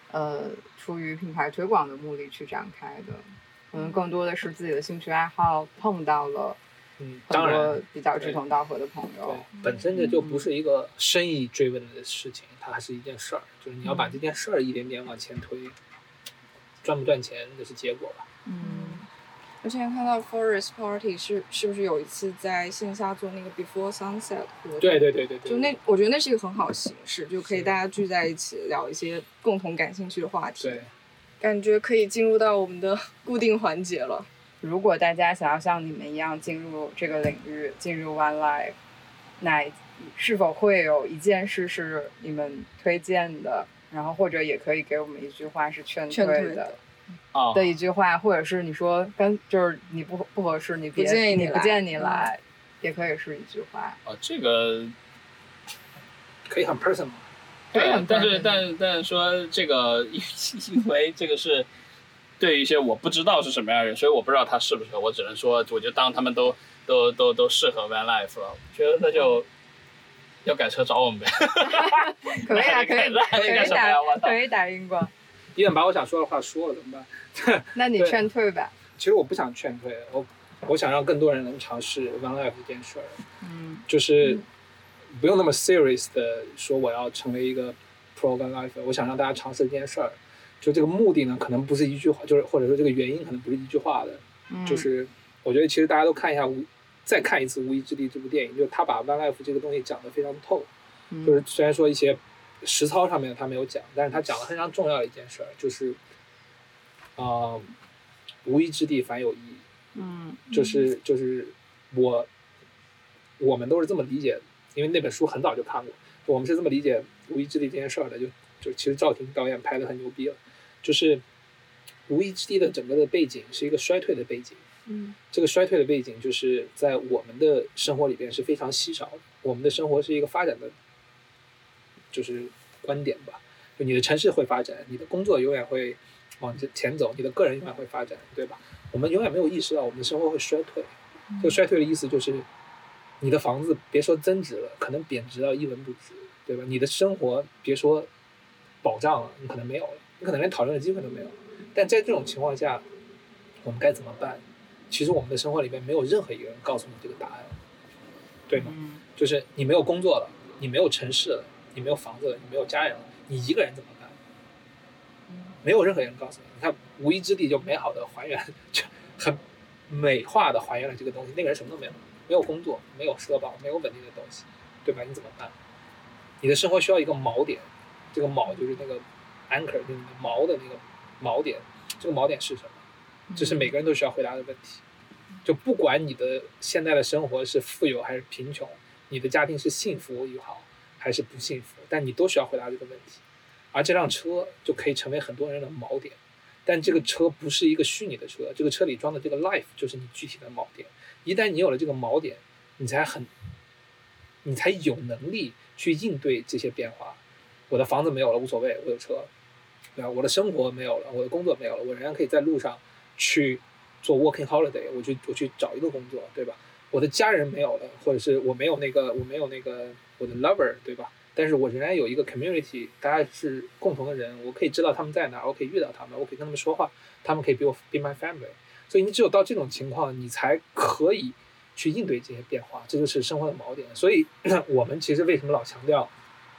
呃出于品牌推广的目的去展开的，可能更多的是自己的兴趣爱好碰到了嗯， 很多当然， 比较志同道合的朋对友。， 本身这就不是一个生意追问的事情，它还是一件事儿，就是你要把这件事儿一点点往前推，赚不赚钱那是结果吧。 嗯， 之前看到 Forest Party 是是不是有一次在线下做那个 Before Sunset 活动？ 对对对对对， 就那我觉得那是一个很好的形式，就可以是大家聚在一起聊一些共同感兴趣的话题。 对， 感觉可以进入到我们的固定环节了。 如果大家想要像你们一样进入这个领域，进入 One Life， 那是否会有一件事是你们推荐的？然后或者也可以给我们一句话是劝劝退的退的哦的一句话，或者是你说跟就是你不不合适，你别不建议你来你不建议你来，也可以是一句话。 哦，这个可以很 personal。 可以很， 对但是 personal 但但是说这个，因因为这个是对于一些我不知道是什么样的人，所以我不知道他适不适合，我只能说，我就当他们都都都都适合 Van Life 了，我觉得那就要改车找我们呗。 可以啊，可以那可以干什么呀打我操可以打荧光。 医院把我想说的话说了怎么办？ 那你对劝退吧。 其实我不想劝退，我我想让更多人能尝试 One Life 这件事儿， 嗯就是不用那么 serious 的说我要成为一个 pro One Life， 我想让大家尝试这件事儿。就这个目的呢，可能不是一句话，就是或者说这个原因可能不是一句话的， 嗯， 就是我觉得其实大家都看一下无，再看一次《无依之地》这部电影，就是他把 One Life 这个东西讲得非常透。 嗯就是虽然说一些实操上面他没有讲，但是他讲了非常重要的一件事儿，就是啊、呃，无依之地反有依。 嗯就是就是我我们都是这么理解的，因为那本书很早就看过，我们是这么理解无依之地这件事儿的，就就其实赵婷导演拍的很牛逼了，就是无依之地的整个的背景是一个衰退的背景， 嗯， 这个衰退的背景就是在我们的生活里边是非常稀少的，我们的生活是一个发展的，就是观点吧，就你的城市会发展，你的工作永远会往前走，你的个人永远会发展，对吧？我们永远没有意识到我们的生活会衰退。这个衰退的意思就是，你的房子别说增值了，可能贬值到一文不值，对吧？你的生活别说保障了，你可能没有了，你可能连讨论的机会都没有。但在这种情况下，我们该怎么办？其实我们的生活里面没有任何一个人告诉你这个答案，对吗？ 嗯就是你没有工作了，你没有城市了，你没有房子了，你没有家人了，你一个人怎么办？没有任何人告诉你。你看无依之地就美好的还原，就很美化的还原了这个东西。那个人什么都没有，没有工作，没有社保，没有稳定的东西，对吧？你怎么办？你的生活需要一个锚点，这个锚就是那个 anchor，就是你的锚的那个锚点。这个锚点是什么？这是每个人都需要回答的问题。就不管你的现在的生活是富有还是贫穷，你的家庭是幸福也好还是不幸福，但你都需要回答这个问题。而这辆车就可以成为很多人的锚点，但这个车不是一个虚拟的车，这个车里装的这个 life 就是你具体的锚点。一旦你有了这个锚点，你才很，你才有能力去应对这些变化。我的房子没有了无所谓，我有车，对吧？我的生活没有了，我的工作没有了，我仍然可以在路上去做 working holiday， 我去我去找一个工作，对吧？我的家人没有了，或者是我没有那个我没有那个我的 lover， 对吧？但是我仍然有一个 community， 大家是共同的人，我可以知道他们在哪儿，我可以遇到他们，我可以跟他们说话，他们可以 be, be my family。所以你只有到这种情况，你才可以去应对这些变化，这就是生活的锚点。所以我们其实为什么老强调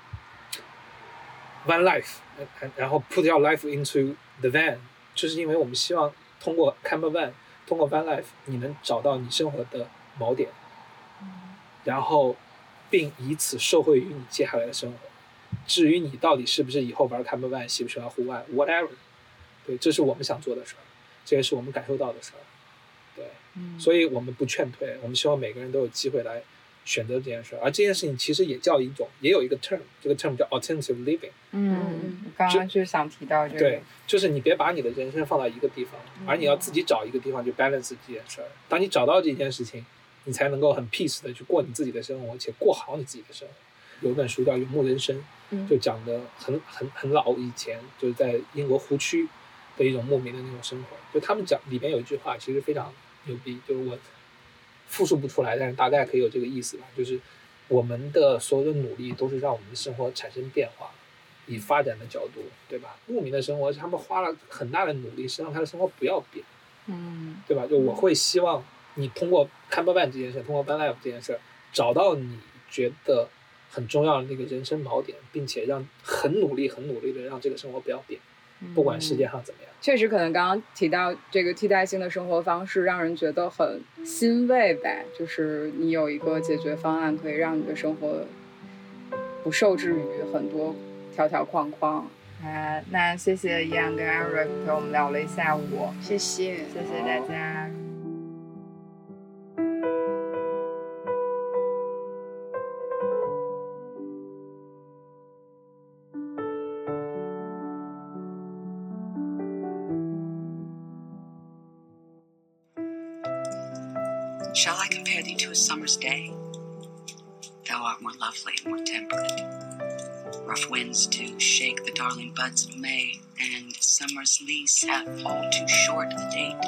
one life， 然后 put your life into the van， 就是因为我们希望通过 Camper Van， 通过 Van Life， 你能找到你生活的锚点，然后并以此受惠于你接下来的生活。至于你到底是不是以后玩 Camper Van， 喜不喜欢户外 ，whatever， 对，这是我们想做的事儿，这也是我们感受到的事儿，对， 嗯所以我们不劝退，我们希望每个人都有机会来选择这件事儿。而这件事情其实也叫一种，也有一个 term， 这个 term 叫 alternative living。 嗯，我刚刚就想提到这个， 对，就是你别把你的人生放到一个地方，而你要自己找一个地方去 balance 这件事儿。当你找到这件事情，你才能够很 peace 的去过你自己的生活，且过好你自己的生活。有一本书叫《游牧人生》，就讲的很很很老以前，就是在英国湖区的一种牧民的那种生活。就他们讲里面有一句话，其实非常牛逼，就是我复述不出来，但是大概可以有这个意思吧，就是我们的所有的努力都是让我们的生活产生变化。 以发展的角度，对吧？牧民的生活，他们花了很大的努力，是让他的生活不要变， 嗯， 对吧？就我会希望你通过 Campervan 这件事，通过 Van Life 这件事，找到你觉得很重要的那个人生锚点，并且让很努力、很努力的让这个生活不要变，不管世界上怎么样。 确实，可能刚刚提到这个替代性的生活方式，让人觉得很欣慰呗。就是你有一个解决方案，可以让你的生活不受制于很多条条框框。 啊，那谢谢伊安跟 Eric 陪我们聊了一下午， 谢谢， 谢谢大家。 Shall I compare thee to a summer's day? Thou art more lovely, more temperate. Rough winds to shake the darling buds of May, and summer's lease hath all too short a date.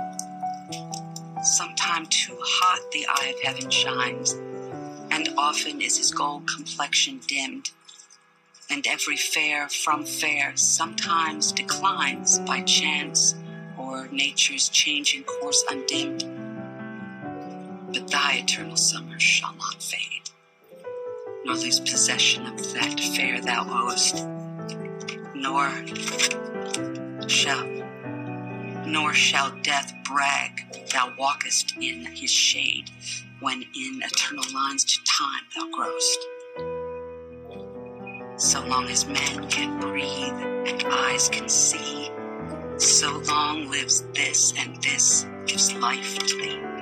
Sometime too hot the eye of heaven shines, and often is his gold complexion dimmed, and every fair from fair sometimes declines by chance or nature's changing course undimmed. But thy eternal summer shall not fade, nor lose possession of that fair thou owest, nor shall, nor shall death brag thou walkest in his shade, when in eternal lines to time thou growest. So long as men can breathe and eyes can see, so long lives this, and this gives life to thee.